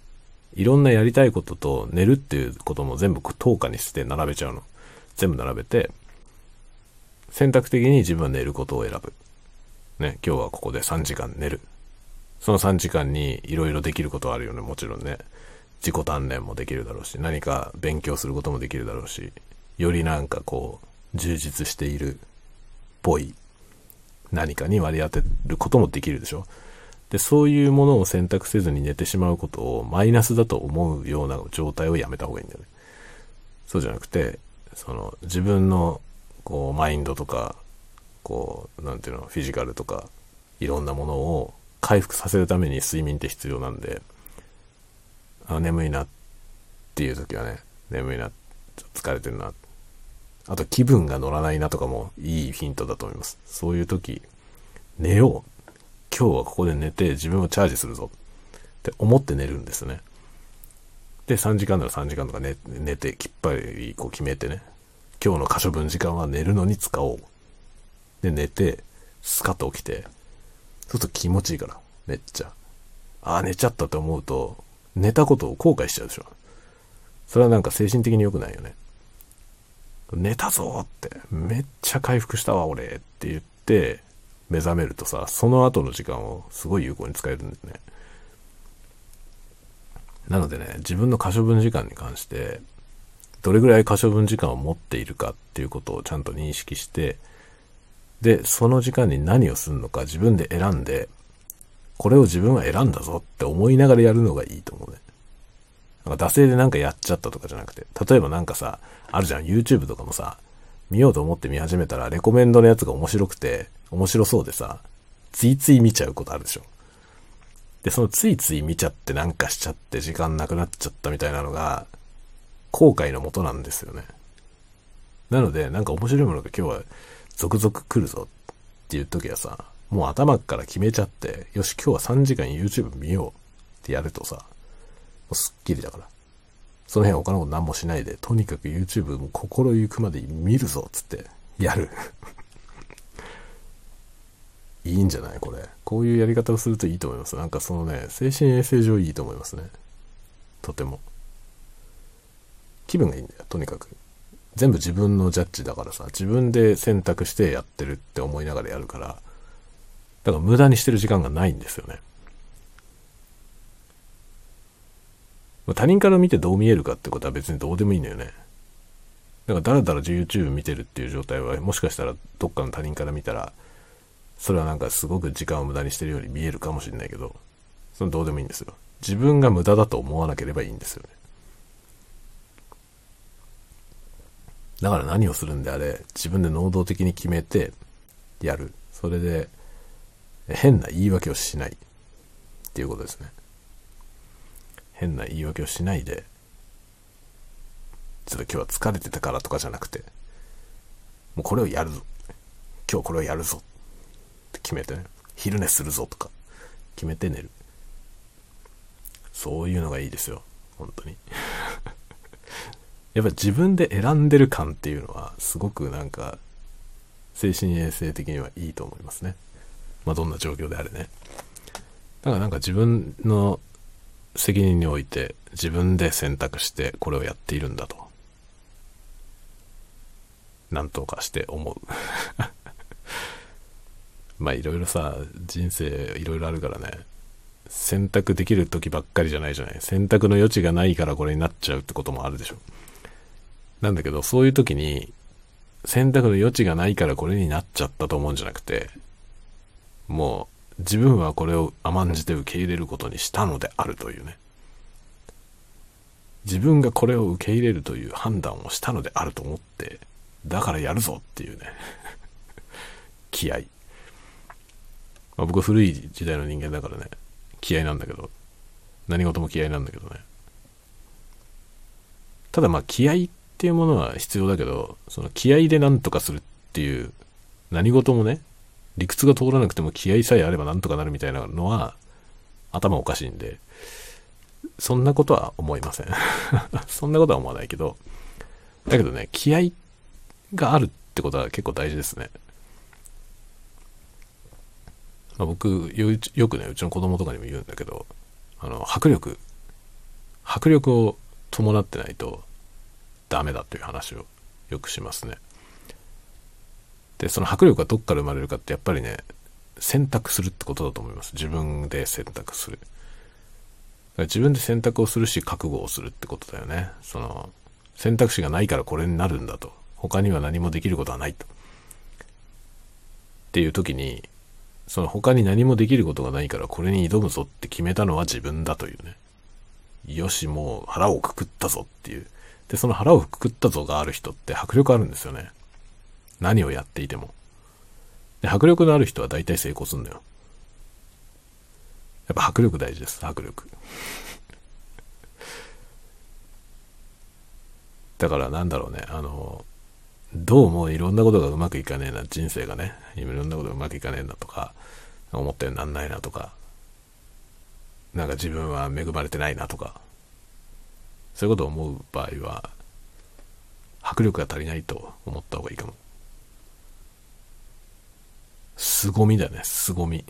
いろんなやりたいことと寝るっていうことも全部等価にして並べちゃうの。全部並べて、選択的に自分は寝ることを選ぶ。ね、今日はここでさんじかん寝る。そのさんじかんにいろいろできることはあるよね、もちろんね。自己鍛錬もできるだろうし、何か勉強することもできるだろうし、よりなんかこう、充実しているっぽい何かに割り当てることもできるでしょ。で、そういうものを選択せずに寝てしまうことをマイナスだと思うような状態をやめた方がいいんだよね。そうじゃなくて、その自分のこうマインドとか、こう、なんていうの、フィジカルとか、いろんなものを回復させるために睡眠って必要なんで、あ、眠いなっていう時はね、眠いな、疲れてるな、あと気分が乗らないなとかもいいヒントだと思います。そういう時、寝よう。今日はここで寝て自分をチャージするぞって思って寝るんですね。で、さんじかんならさんじかんとか 寝, 寝てきっぱりこう決めてね、今日の可処分時間は寝るのに使おう。で、寝て、スカッと起きて、そうすると気持ちいいから、めっちゃ。ああ、寝ちゃったと思うと、寝たことを後悔しちゃうでしょ。それはなんか精神的に良くないよね。寝たぞって、めっちゃ回復したわ俺って言って目覚めるとさ、その後の時間をすごい有効に使えるんだよね。なのでね、自分の可処分時間に関してどれぐらい可処分時間を持っているかっていうことをちゃんと認識して、でその時間に何をするのか自分で選んで、これを自分は選んだぞって思いながらやるのがいいと思うね。なんか惰性でなんかやっちゃったとかじゃなくて、例えばなんかさ、あるじゃん、 YouTube とかもさ、見ようと思って見始めたらレコメンドのやつが面白くて面白そうでさ、ついつい見ちゃうことあるでしょ。でそのついつい見ちゃってなんかしちゃって時間なくなっちゃったみたいなのが後悔のもとなんですよね。なのでなんか面白いものが今日は続々来るぞっていう時はさ、もう頭から決めちゃって、よし今日はさんじかん YouTube 見ようってやるとさ、もうすっきりだから、その辺他のこと何もしないで、とにかく YouTube も心ゆくまで見るぞっつってやるいいんじゃないこれ。こういうやり方をするといいと思います。なんかそのね、精神衛生上いいと思いますね。とても気分がいいんだよ。とにかく全部自分のジャッジだからさ、自分で選択してやってるって思いながらやるから、だから無駄にしてる時間がないんですよね。他人から見てどう見えるかってことは別にどうでもいいんだよね。だからだらだら YouTube 見てるっていう状態は、もしかしたらどっかの他人から見たらそれはなんかすごく時間を無駄にしてるように見えるかもしれないけど、そのどうでもいいんですよ。自分が無駄だと思わなければいいんですよね。だから何をするんであれ、自分で能動的に決めてやる。それで変な言い訳をしないっていうことですね。変な言い訳をしないで、ちょっと今日は疲れてたからとかじゃなくて、もうこれをやるぞ、今日これをやるぞって決めてね、昼寝するぞとか決めて寝る。そういうのがいいですよ、本当にやっぱ自分で選んでる感っていうのはすごくなんか精神衛生的にはいいと思いますね。まあどんな状況であれね。だからなんか自分の責任において自分で選択してこれをやっているんだと、なんとかして思うまあいろいろさ、人生いろいろあるからね、選択できる時ばっかりじゃないじゃない。選択の余地がないからこれになっちゃうってこともあるでしょ。なんだけどそういう時に選択の余地がないからこれになっちゃったと思うんじゃなくて、もう自分はこれを甘んじて受け入れることにしたのであるというね、自分がこれを受け入れるという判断をしたのであると思って、だからやるぞっていうね気合い、まあ、僕は古い時代の人間だからね、気合なんだけど、何事も気合なんだけどね。ただまあ気合っていうものは必要だけど、その気合で何とかするっていう、何事もね、理屈が通らなくても気合さえあれば何とかなるみたいなのは頭おかしいんで、そんなことは思いませんそんなことは思わないけど、だけどね、気合があるってことは結構大事ですね。まあ、僕よくね、うちの子供とかにも言うんだけど、あの迫力迫力を伴ってないとダメだという話をよくしますね。で、その迫力がどっから生まれるかってやっぱりね、選択するってことだと思います。自分で選択する。だから自分で選択をするし、覚悟をするってことだよね。その、選択肢がないからこれになるんだと。他には何もできることはないと。っていう時に、その他に何もできることがないからこれに挑むぞって決めたのは自分だというね。よし、もう腹をくくったぞっていう。で、その腹をくくったぞがある人って迫力あるんですよね。何をやっていても。で、迫力のある人は大体成功するんだよ。やっぱ迫力大事です、迫力。だからなんだろうね、あの、どうもいろんなことがうまくいかねえな、人生がね、いろんなことがうまくいかねえなとか、思ったようになんないなとか、なんか自分は恵まれてないなとか、そういうことを思う場合は、迫力が足りないと思った方がいいかも。凄みだよね、凄み。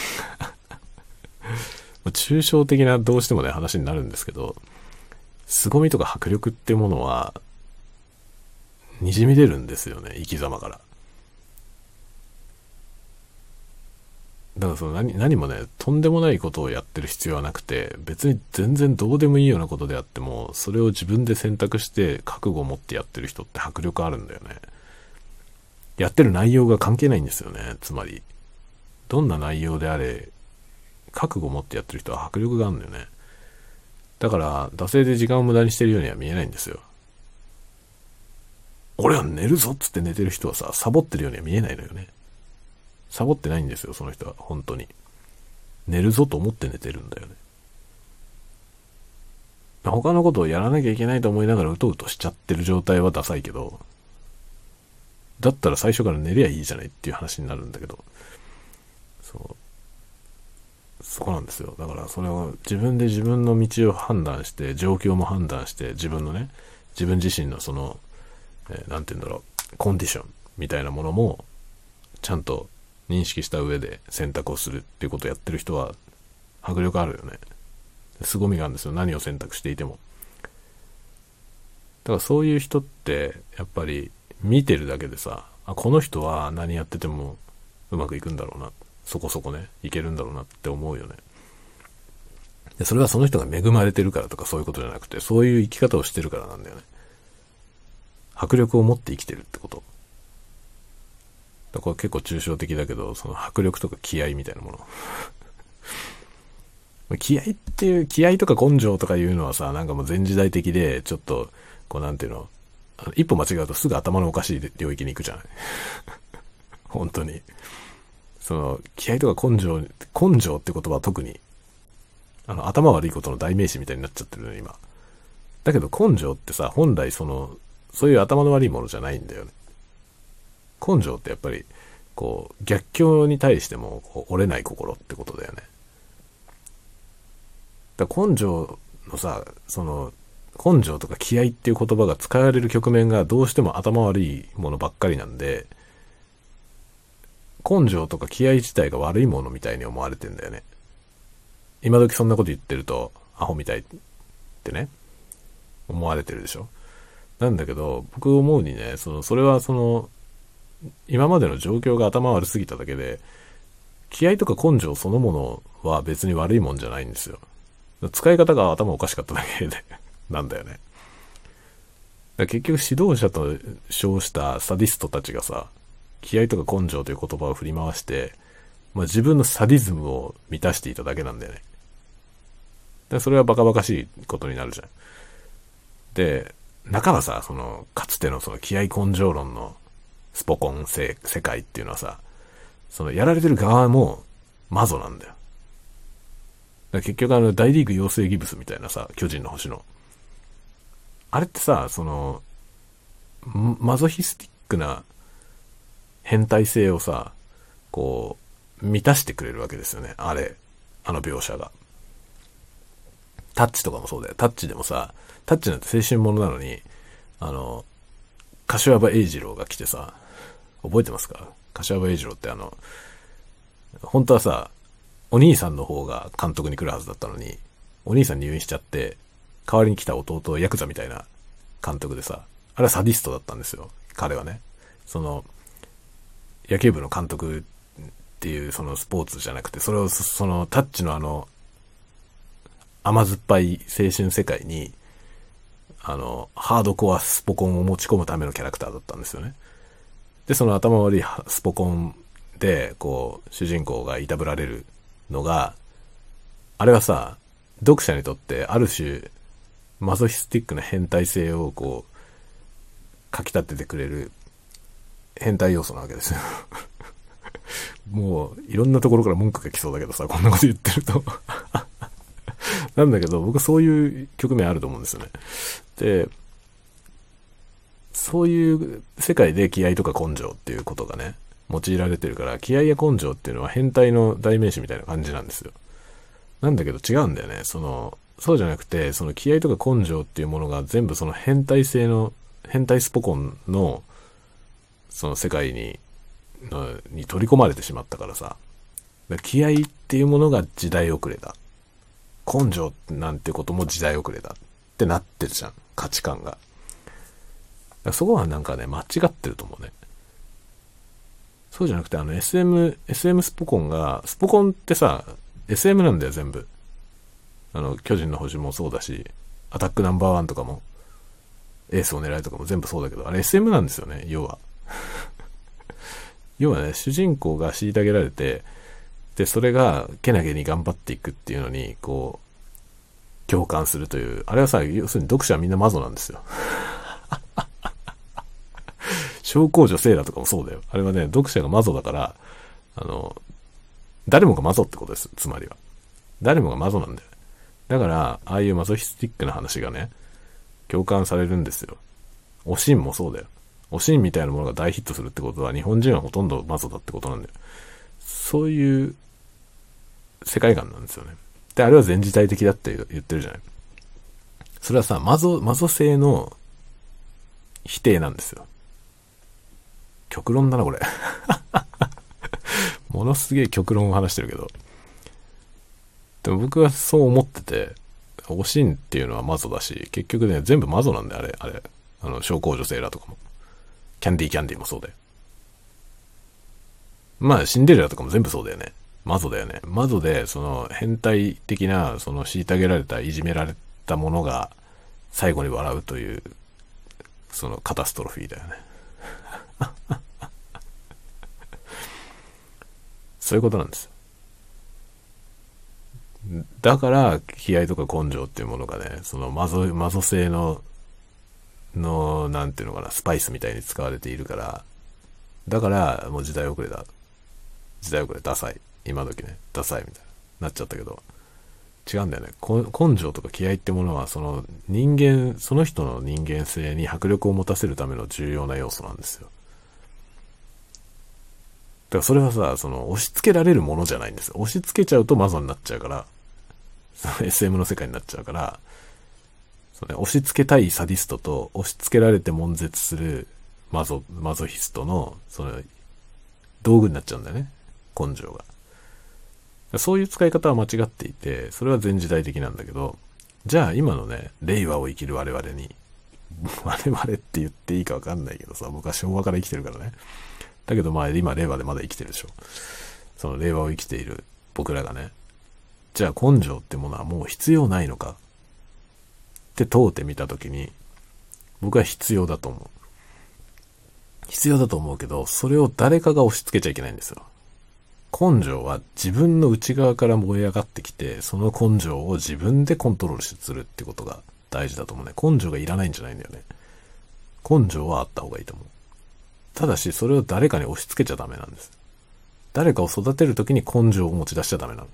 抽象的などうしてもね話になるんですけど、凄みとか迫力ってものはにじみ出るんですよね、生き様から。だからその 何, 何もねとんでもないことをやってる必要はなくて、別に全然どうでもいいようなことであってもそれを自分で選択して覚悟を持ってやってる人って迫力あるんだよね。やってる内容が関係ないんですよね。つまりどんな内容であれ覚悟を持ってやってる人は迫力があるんだよね。だから惰性で時間を無駄にしてるようには見えないんですよ。俺は寝るぞっつって寝てる人はさ、サボってるようには見えないのよね。サボってないんですよ、その人は。本当に寝るぞと思って寝てるんだよね。他のことをやらなきゃいけないと思いながらうとうとしちゃってる状態はダサいけど、だったら最初から寝りゃいいじゃないっていう話になるんだけど、そうそこなんですよ。だからそれを自分で自分の道を判断して、状況も判断して、自分のね、自分自身のその、えー、なんて言うんだろう、コンディションみたいなものもちゃんと認識した上で選択をするっていうことをやってる人は迫力あるよね。凄みがあるんですよ、何を選択していても。だからそういう人ってやっぱり見てるだけでさ、あ、この人は何やっててもうまくいくんだろうな、そこそこねいけるんだろうなって思うよね。でそれはその人が恵まれてるからとかそういうことじゃなくて、そういう生き方をしてるからなんだよね。迫力を持って生きてるってこと。だから結構抽象的だけど、その迫力とか気合みたいなもの気合っていう、気合とか根性とかいうのはさ、なんかもう前時代的で、ちょっとこうなんていうの、一歩間違うとすぐ頭のおかしい領域に行くじゃない。本当にその気合とか根性、根性って言葉は特にあの頭悪いことの代名詞みたいになっちゃってるね今。だけど根性ってさ、本来そのそういう頭の悪いものじゃないんだよね。根性ってやっぱりこう逆境に対してもこう折れない心ってことだよね。だから根性のさ、その根性とか気合っていう言葉が使われる局面がどうしても頭悪いものばっかりなんで、根性とか気合自体が悪いものみたいに思われてんだよね。今時そんなこと言ってるとアホみたいってね思われてるでしょ。なんだけど僕思うにね、そのそれはその今までの状況が頭悪すぎただけで、気合とか根性そのものは別に悪いもんじゃないんですよ。使い方が頭おかしかっただけでなんだよね。だから結局指導者と称したサディストたちがさ、気合とか根性という言葉を振り回して、まあ、自分のサディズムを満たしていただけなんだよね。でそれはバカバカしいことになるじゃん。で中はさ、そのかつてのその気合根性論のスポコン世界っていうのはさ、そのやられてる側もマゾなんだよ。だから結局あの大リーグ養成ギブスみたいなさ、巨人の星のあれってさ、そのマゾヒスティックな変態性をさ、こう満たしてくれるわけですよね。あれ、あの描写が。タッチとかもそうだよ。タッチでもさ、タッチなんて青春ものなのに、あの柏葉英二郎が来てさ、覚えてますか？柏葉英二郎ってあの本当はさ、お兄さんの方が監督に来るはずだったのに、お兄さん入院しちゃって、 代わりに来た弟、ヤクザみたいな監督でさ、あれはサディストだったんですよ、彼はね。その、野球部の監督っていうそのスポーツじゃなくて、それをそのタッチのあの、甘酸っぱい青春世界に、あの、ハードコアスポコンを持ち込むためのキャラクターだったんですよね。で、その頭悪いスポコンで、こう、主人公がいたぶられるのが、あれはさ、読者にとってある種、マゾヒスティックな変態性をこう、かき立ててくれる変態要素なわけですよ。もう、いろんなところから文句が来そうだけどさ、こんなこと言ってると。なんだけど、僕はそういう局面あると思うんですよね。で、そういう世界で気合とか根性っていうことがね、用いられてるから、気合や根性っていうのは変態の代名詞みたいな感じなんですよ。なんだけど違うんだよね。その、そうじゃなくて、その気合とか根性っていうものが全部その変態性の、変態スポコンの、その世界に、のに取り込まれてしまったからさ。だから気合っていうものが時代遅れだ。根性なんてことも時代遅れだってなってるじゃん。価値観が。だからそこはなんかね、間違ってると思うね。そうじゃなくて、あの エスエム、エスエム スポコンが、スポコンってさ、エスエム なんだよ、全部。あの、巨人の星もそうだし、アタックナンバーワンとかも、エースを狙いとかも全部そうだけど、あれ エスエム なんですよね、要は。要はね、主人公が虐げられて、で、それが、けなげに頑張っていくっていうのに、こう、共感するという、あれはさ、要するに読者はみんなマゾなんですよ。小公女セイラとかもそうだよ。あれはね、読者がマゾだから、あの、誰もがマゾってことです、つまりは。誰もがマゾなんだよ。だから、ああいうマゾヒスティックな話がね、共感されるんですよ。おしんもそうだよ。おしんみたいなものが大ヒットするってことは、日本人はほとんどマゾだってことなんだよ。そういう世界観なんですよね。で、あれは全時代的だって言ってるじゃない。それはさ、マゾ、マゾ性の否定なんですよ。極論だな、これ。ものすげえ極論を話してるけど。でも僕はそう思ってて、おしんっていうのはマゾだし、結局ね、全部マゾなんだよ、あれ、あれ。あの、小公女セーラーとかも。キャンディーキャンディーもそうだよ。まあ、シンデレラとかも全部そうだよね。マゾだよね。マゾで、その、変態的な、その、虐げられた、いじめられたものが、最後に笑うという、その、カタストロフィーだよね。そういうことなんですよ。だから、気合とか根性っていうものがね、そのマゾ、マゾ性の、の、なんていうのかな、スパイスみたいに使われているから、だから、もう時代遅れだ。時代遅れ、ダサい。今時ね、ダサいみたいな、なっちゃったけど、違うんだよね。根性とか気合ってものは、その人間、その人の人間性に迫力を持たせるための重要な要素なんですよ。だからそれはさ、その押し付けられるものじゃないんですよ。押し付けちゃうとマゾになっちゃうから、その エスエム の世界になっちゃうから、その、ね、押し付けたいサディストと押し付けられて悶絶するマゾ、マゾヒストの、その、道具になっちゃうんだよね。根性が。そういう使い方は間違っていて、それは全時代的なんだけど、じゃあ今のね、令和を生きる我々に、我々って言っていいかわかんないけどさ、僕は昭和から生きてるからね。だけどまあ今令和でまだ生きてるでしょ。その令和を生きている僕らがね、じゃあ根性ってものはもう必要ないのかって問うてみたときに、僕は必要だと思う。必要だと思うけど、それを誰かが押し付けちゃいけないんですよ。根性は自分の内側から燃え上がってきて、その根性を自分でコントロールするってことが大事だと思うね。根性がいらないんじゃないんだよね。根性はあった方がいいと思う。ただし、それを誰かに押し付けちゃダメなんです。誰かを育てるときに根性を持ち出しちゃダメなの。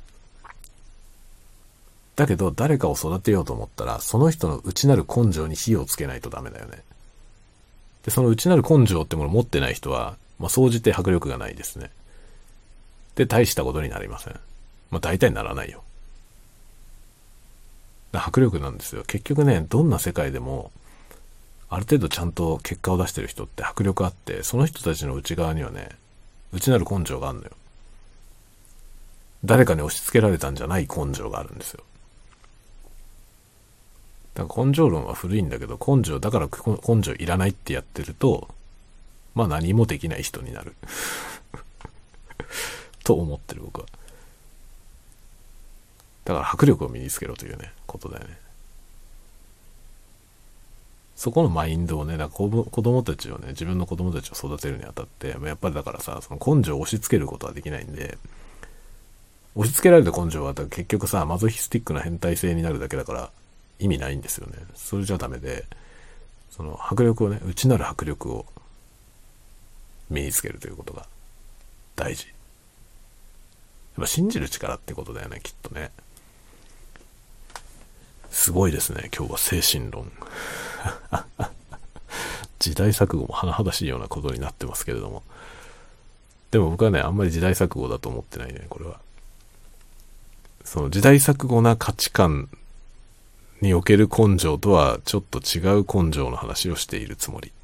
だけど、誰かを育てようと思ったら、その人の内なる根性に火をつけないとダメだよね。で、その内なる根性ってものを持ってない人は、まあ、総じて迫力がないですね。で、大したことになりません。まあ、大体ならないよ。迫力なんですよ。結局ね、どんな世界でも、ある程度ちゃんと結果を出してる人って迫力あって、その人たちの内側にはね、内なる根性があるのよ。誰かに押し付けられたんじゃない根性があるんですよ。 だから根性論は古いんだけど、根性だから根性いらないってやってると、まあ何もできない人になると思ってる僕は。だから迫力を身につけろというねことだよね。そこのマインドをね、だから子供たちをね、自分の子供たちを育てるにあたって、やっぱりだからさ、その根性を押し付けることはできないんで、押し付けられた根性は結局さ、マゾヒスティックな変態性になるだけだから意味ないんですよね。それじゃダメで、その迫力をね、内なる迫力を身につけるということが大事。やっぱ信じる力ってことだよね、きっとね。すごいですね、今日は精神論時代錯誤も甚だしいようなことになってますけれども、でも僕はね、あんまり時代錯誤だと思ってないね、これは。その時代錯誤な価値観における根性とはちょっと違う根性の話をしているつもり。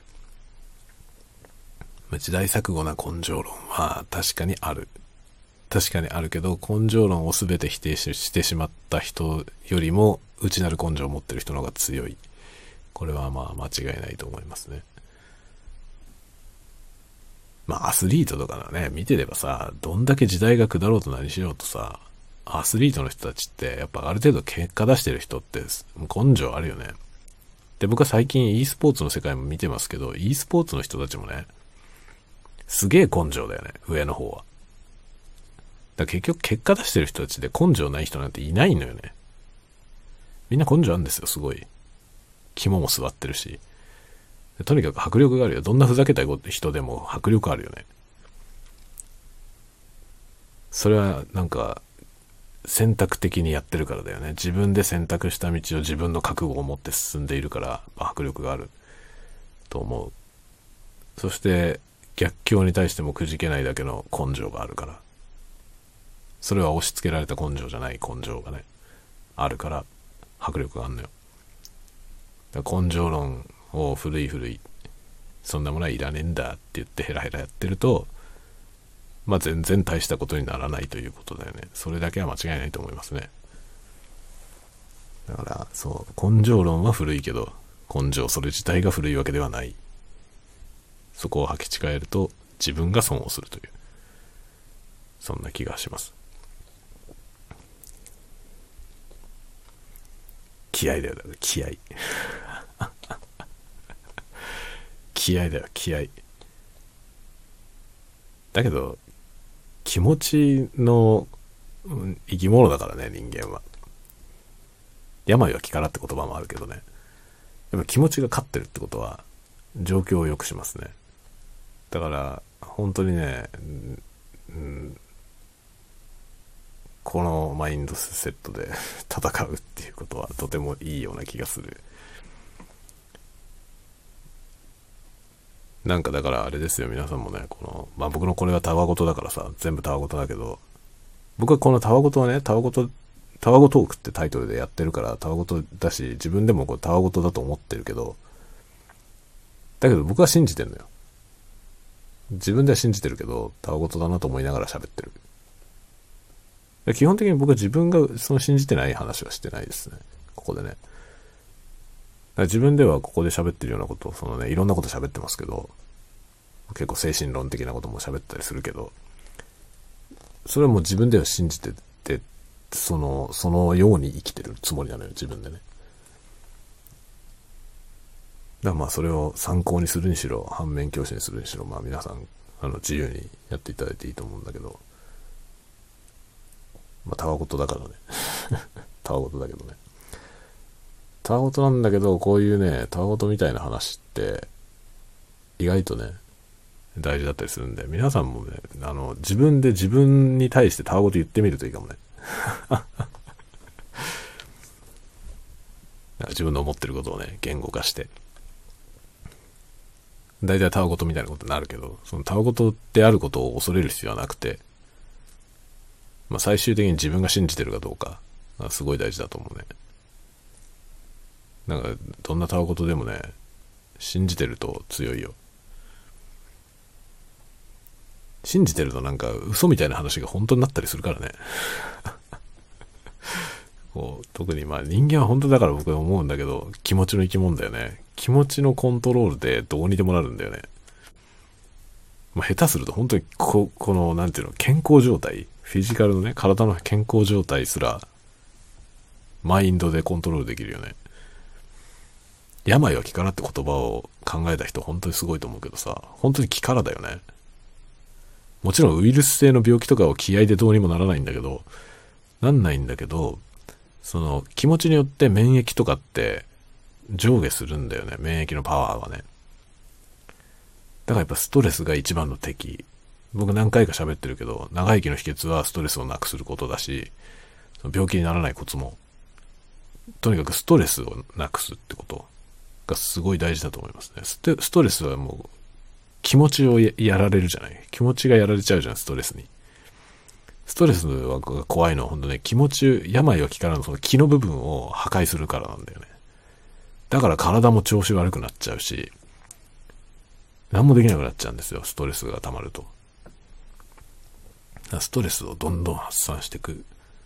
時代錯誤な根性論は確かにある。確かにあるけど、根性論を全て否定してしまった人よりも内なる根性を持ってる人の方が強い。これはまあ間違いないと思いますね。まあアスリートとかね、見てればさ、どんだけ時代が下ろうと何しようとさ、アスリートの人たちってやっぱある程度結果出してる人って根性あるよね。で、僕は最近 e スポーツの世界も見てますけど、e スポーツの人たちもね、すげえ根性だよね、上の方は。だから結局結果出してる人たちで根性ない人なんていないのよね。みんな根性あるんですよ、すごい。肝も座ってるし。とにかく迫力があるよ。どんなふざけた人でも迫力あるよね。それはなんか選択的にやってるからだよね。自分で選択した道を自分の覚悟を持って進んでいるから迫力があると思う。そして逆境に対してもくじけないだけの根性があるから。それは押し付けられた根性じゃない根性がね、あるから迫力があるのよ。だから根性論を古い古い、そんなものはいらねえんだって言ってヘラヘラやってると、まあ全然大したことにならないということだよね。それだけは間違いないと思いますね。だからそう根性論は古いけど、根性それ自体が古いわけではない。そこを履き違えると自分が損をするという、そんな気がします。気合だよ、気合気合だよ、気合だけど気持ちの生き物だからね、人間は。病は気からって言葉もあるけどね、やっぱ気持ちが勝ってるってことは状況を良くしますね。だから本当にね、うん、このマインドセットで戦うっていうことはとてもいいような気がする。なんかだからあれですよ、皆さんもね、この、まあ僕のこれはたわごとだからさ、全部たわごとだけど、僕はこのたわごとはね、たわごと、たわごトークってタイトルでやってるからたわごとだし、自分でもこれたわごとだと思ってるけど、だけど僕は信じてるのよ。自分では信じてるけど、たわごとだなと思いながら喋ってる。基本的に僕は自分がその信じてない話はしてないですね、ここでね。自分ではここで喋ってるようなことを、そのね、いろんなこと喋ってますけど、結構精神論的なことも喋ったりするけど、それはもう自分では信じてて、その、そのように生きてるつもりなのよ、自分でね。だからまあそれを参考にするにしろ、反面教師にするにしろ、まあ皆さん、あの、自由にやっていただいていいと思うんだけど、まあたわごとだからね。たわごとだけどね。たわごとなんだけど、こういうね、たわごとみたいな話って、意外とね、大事だったりするんで、皆さんもね、あの、自分で自分に対してたわごと言ってみるといいかもね。自分の思ってることをね、言語化して。大体たわごとみたいなことになるけど、そのたわごとであることを恐れる必要はなくて、まあ最終的に自分が信じてるかどうか、すごい大事だと思うね。なんか、どんなたわごとでもね、信じてると強いよ。信じてるとなんか嘘みたいな話が本当になったりするからね。 こう特にまあ人間は本当だから僕は思うんだけど、気持ちの生き物だよね。気持ちのコントロールでどうにでもなるんだよね。まあ、下手すると本当にここのなんていうの、健康状態、フィジカルのね、体の健康状態すらマインドでコントロールできるよね。病は気からって言葉を考えた人本当にすごいと思うけどさ、本当に気からだよね。もちろんウイルス性の病気とかを気合でどうにもならないんだけど、なんないんだけど、その気持ちによって免疫とかって上下するんだよね。免疫のパワーはね。だからやっぱストレスが一番の敵。僕何回か喋ってるけど、長生きの秘訣はストレスをなくすることだし、病気にならないコツも、とにかくストレスをなくすってことがすごい大事だと思いますね。ストレスはもう気持ちを や, やられるじゃない。気持ちがやられちゃうじゃん、ストレスに。ストレスは怖いのは本当ね、気持ち、病は気からのその気の部分を破壊するからなんだよね。だから体も調子悪くなっちゃうし、何もできなくなっちゃうんですよ、ストレスが溜まると。ストレスをどんどん発散していく。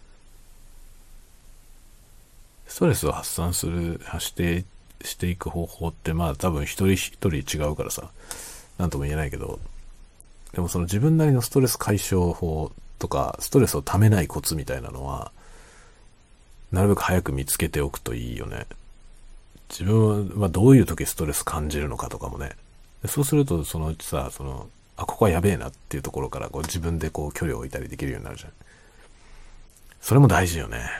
ストレスを発散する、発してしていく方法ってまあ多分一人一人違うからさ、なんとも言えないけど、でもその自分なりのストレス解消法とか、ストレスをためないコツみたいなのは、なるべく早く見つけておくといいよね。自分はどういう時ストレス感じるのかとかもね。そうするとそのうちさ、その、あ、ここはやべえなっていうところからこう自分でこう距離を置いたりできるようになるじゃん。それも大事よね。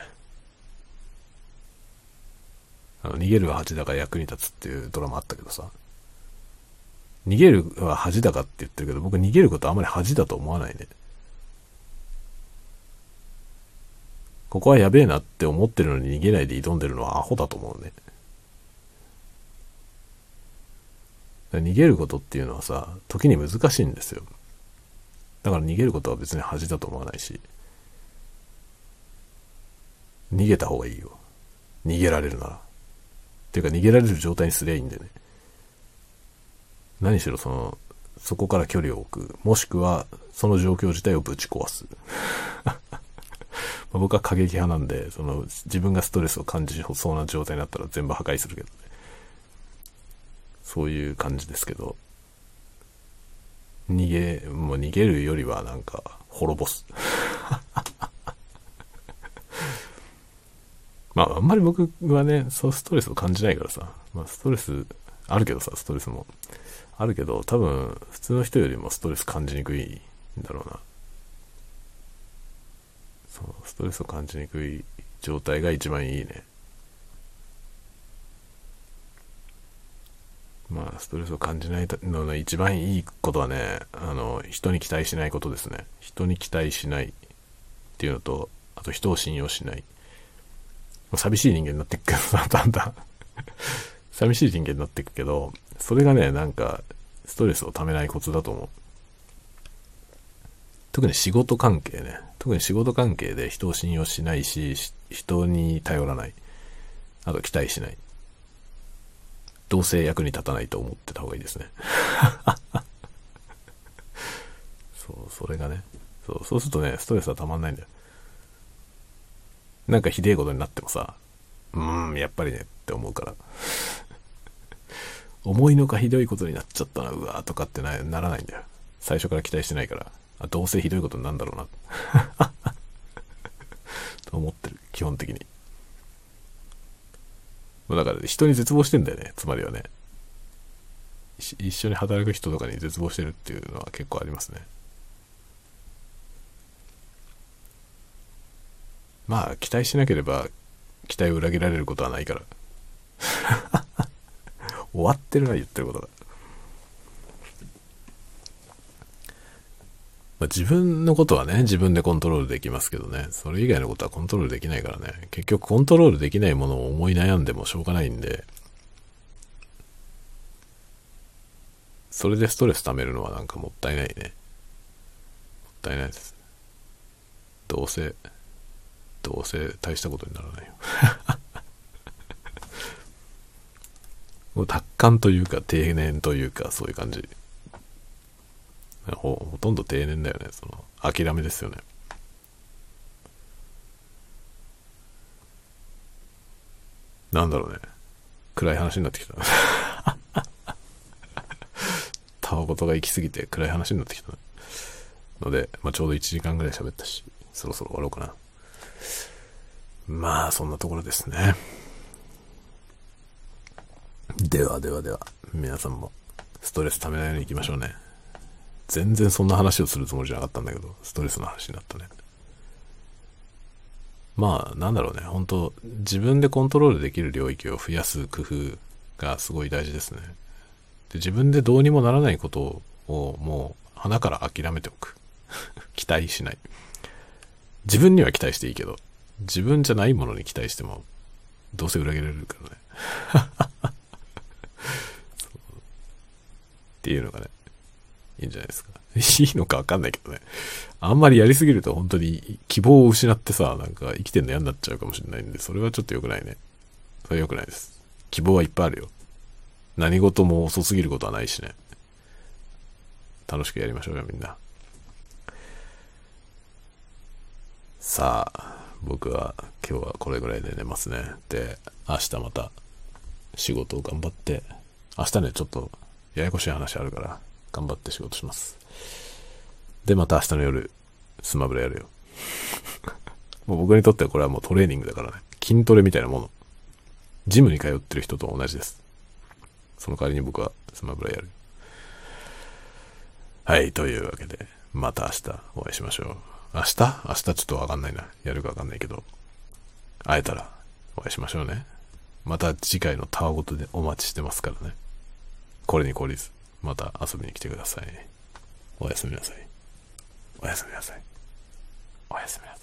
あの逃げるは恥だから役に立つっていうドラマあったけどさ、逃げるは恥だかって言ってるけど、僕逃げることあんまり恥だと思わないね。ここはやべえなって思ってるのに逃げないで挑んでるのはアホだと思うね。逃げることっていうのはさ、時に難しいんですよ。だから逃げることは別に恥だと思わないし、逃げた方がいいよ。逃げられるなら。っていうか逃げられる状態にすりゃいいんだよね。何しろその、そこから距離を置く。もしくは、その状況自体をぶち壊す。僕は過激派なんで、その、自分がストレスを感じそうな状態になったら全部破壊するけどね。そういう感じですけど、逃げ、もう逃げるよりはなんか、滅ぼす。まあ、あんまり僕はね、そうストレスを感じないからさ、まあ、ストレス、あるけどさ、ストレスも。あるけど、多分、普通の人よりもストレス感じにくいんだろうな。そう、ストレスを感じにくい状態が一番いいね。まあ、ストレスを感じないのの一番いいことはね、あの、人に期待しないことですね。人に期待しないっていうのと、あと人を信用しない。寂しい人間になっていくけどさ、だんだん。寂しい人間になっていくけど、それがね、なんか、ストレスをためないコツだと思う。特に仕事関係ね。特に仕事関係で人を信用しないし、人に頼らない。あと期待しない。どうせ役に立たないと思ってた方がいいですね。そう、それがね。そう、そうするとね、ストレスはたまんないんだよ。なんかひでえことになってもさ、うーん、やっぱりねって思うから。思いのかひどいことになっちゃったな、うわーとかってな、ならないんだよ。最初から期待してないから、あ、どうせひどいことになるんだろうな。と思ってる、基本的に。だから人に絶望してんだよね、つまりはね。一緒に働く人とかに絶望してるっていうのは結構ありますね。まあ、期待しなければ、期待を裏切られることはないから。終わってるな、言ってることが。まあ、自分のことはね、自分でコントロールできますけどね、それ以外のことはコントロールできないからね。結局コントロールできないものを思い悩んでもしょうがないんで、それでストレス溜めるのはなんかもったいないね。もったいないです。どうせ、どうせ大したことにならないよ。もう達観というか定年というかそういう感じ。ほ, ほとんど定年だよね。その諦めですよね。 なんだろうね。暗い話になってきた。たわごとが行き過ぎて暗い話になってきたので、まあ、ちょうどいちじかんぐらい喋ったし、そろそろ終わろうかな。まあそんなところですね。ではではでは、皆さんもストレスためないように行きましょうね。全然そんな話をするつもりじゃなかったんだけど、ストレスの話になったね。まあなんだろうね、本当自分でコントロールできる領域を増やす工夫がすごい大事ですね。で、自分でどうにもならないことをもう鼻から諦めておく。期待しない。自分には期待していいけど、自分じゃないものに期待してもどうせ裏切られるからね。っていうのがね、いいんじゃないですか。いいのかわかんないけどね。あんまりやりすぎると本当に希望を失ってさ、なんか生きてんの嫌になっちゃうかもしれないんで、それはちょっと良くないね。それは良くないです。希望はいっぱいあるよ。何事も遅すぎることはないしね。楽しくやりましょうよ、みんな。さあ、僕は今日はこれぐらいで寝ますね。で、明日また仕事を頑張って、明日ね、ちょっとややこしい話あるから、頑張って仕事します。で、また明日の夜、スマブラやるよ。もう僕にとってはこれはもうトレーニングだからね。筋トレみたいなもの。ジムに通ってる人と同じです。その代わりに僕はスマブラやる。はい、というわけで、また明日お会いしましょう。明日明日ちょっとわかんないな。やるかわかんないけど、会えたらお会いしましょうね。また次回のタワごとでお待ちしてますからね。これに懲りず、また遊びに来てください。おやすみなさい。おやすみなさい。おやすみなさい。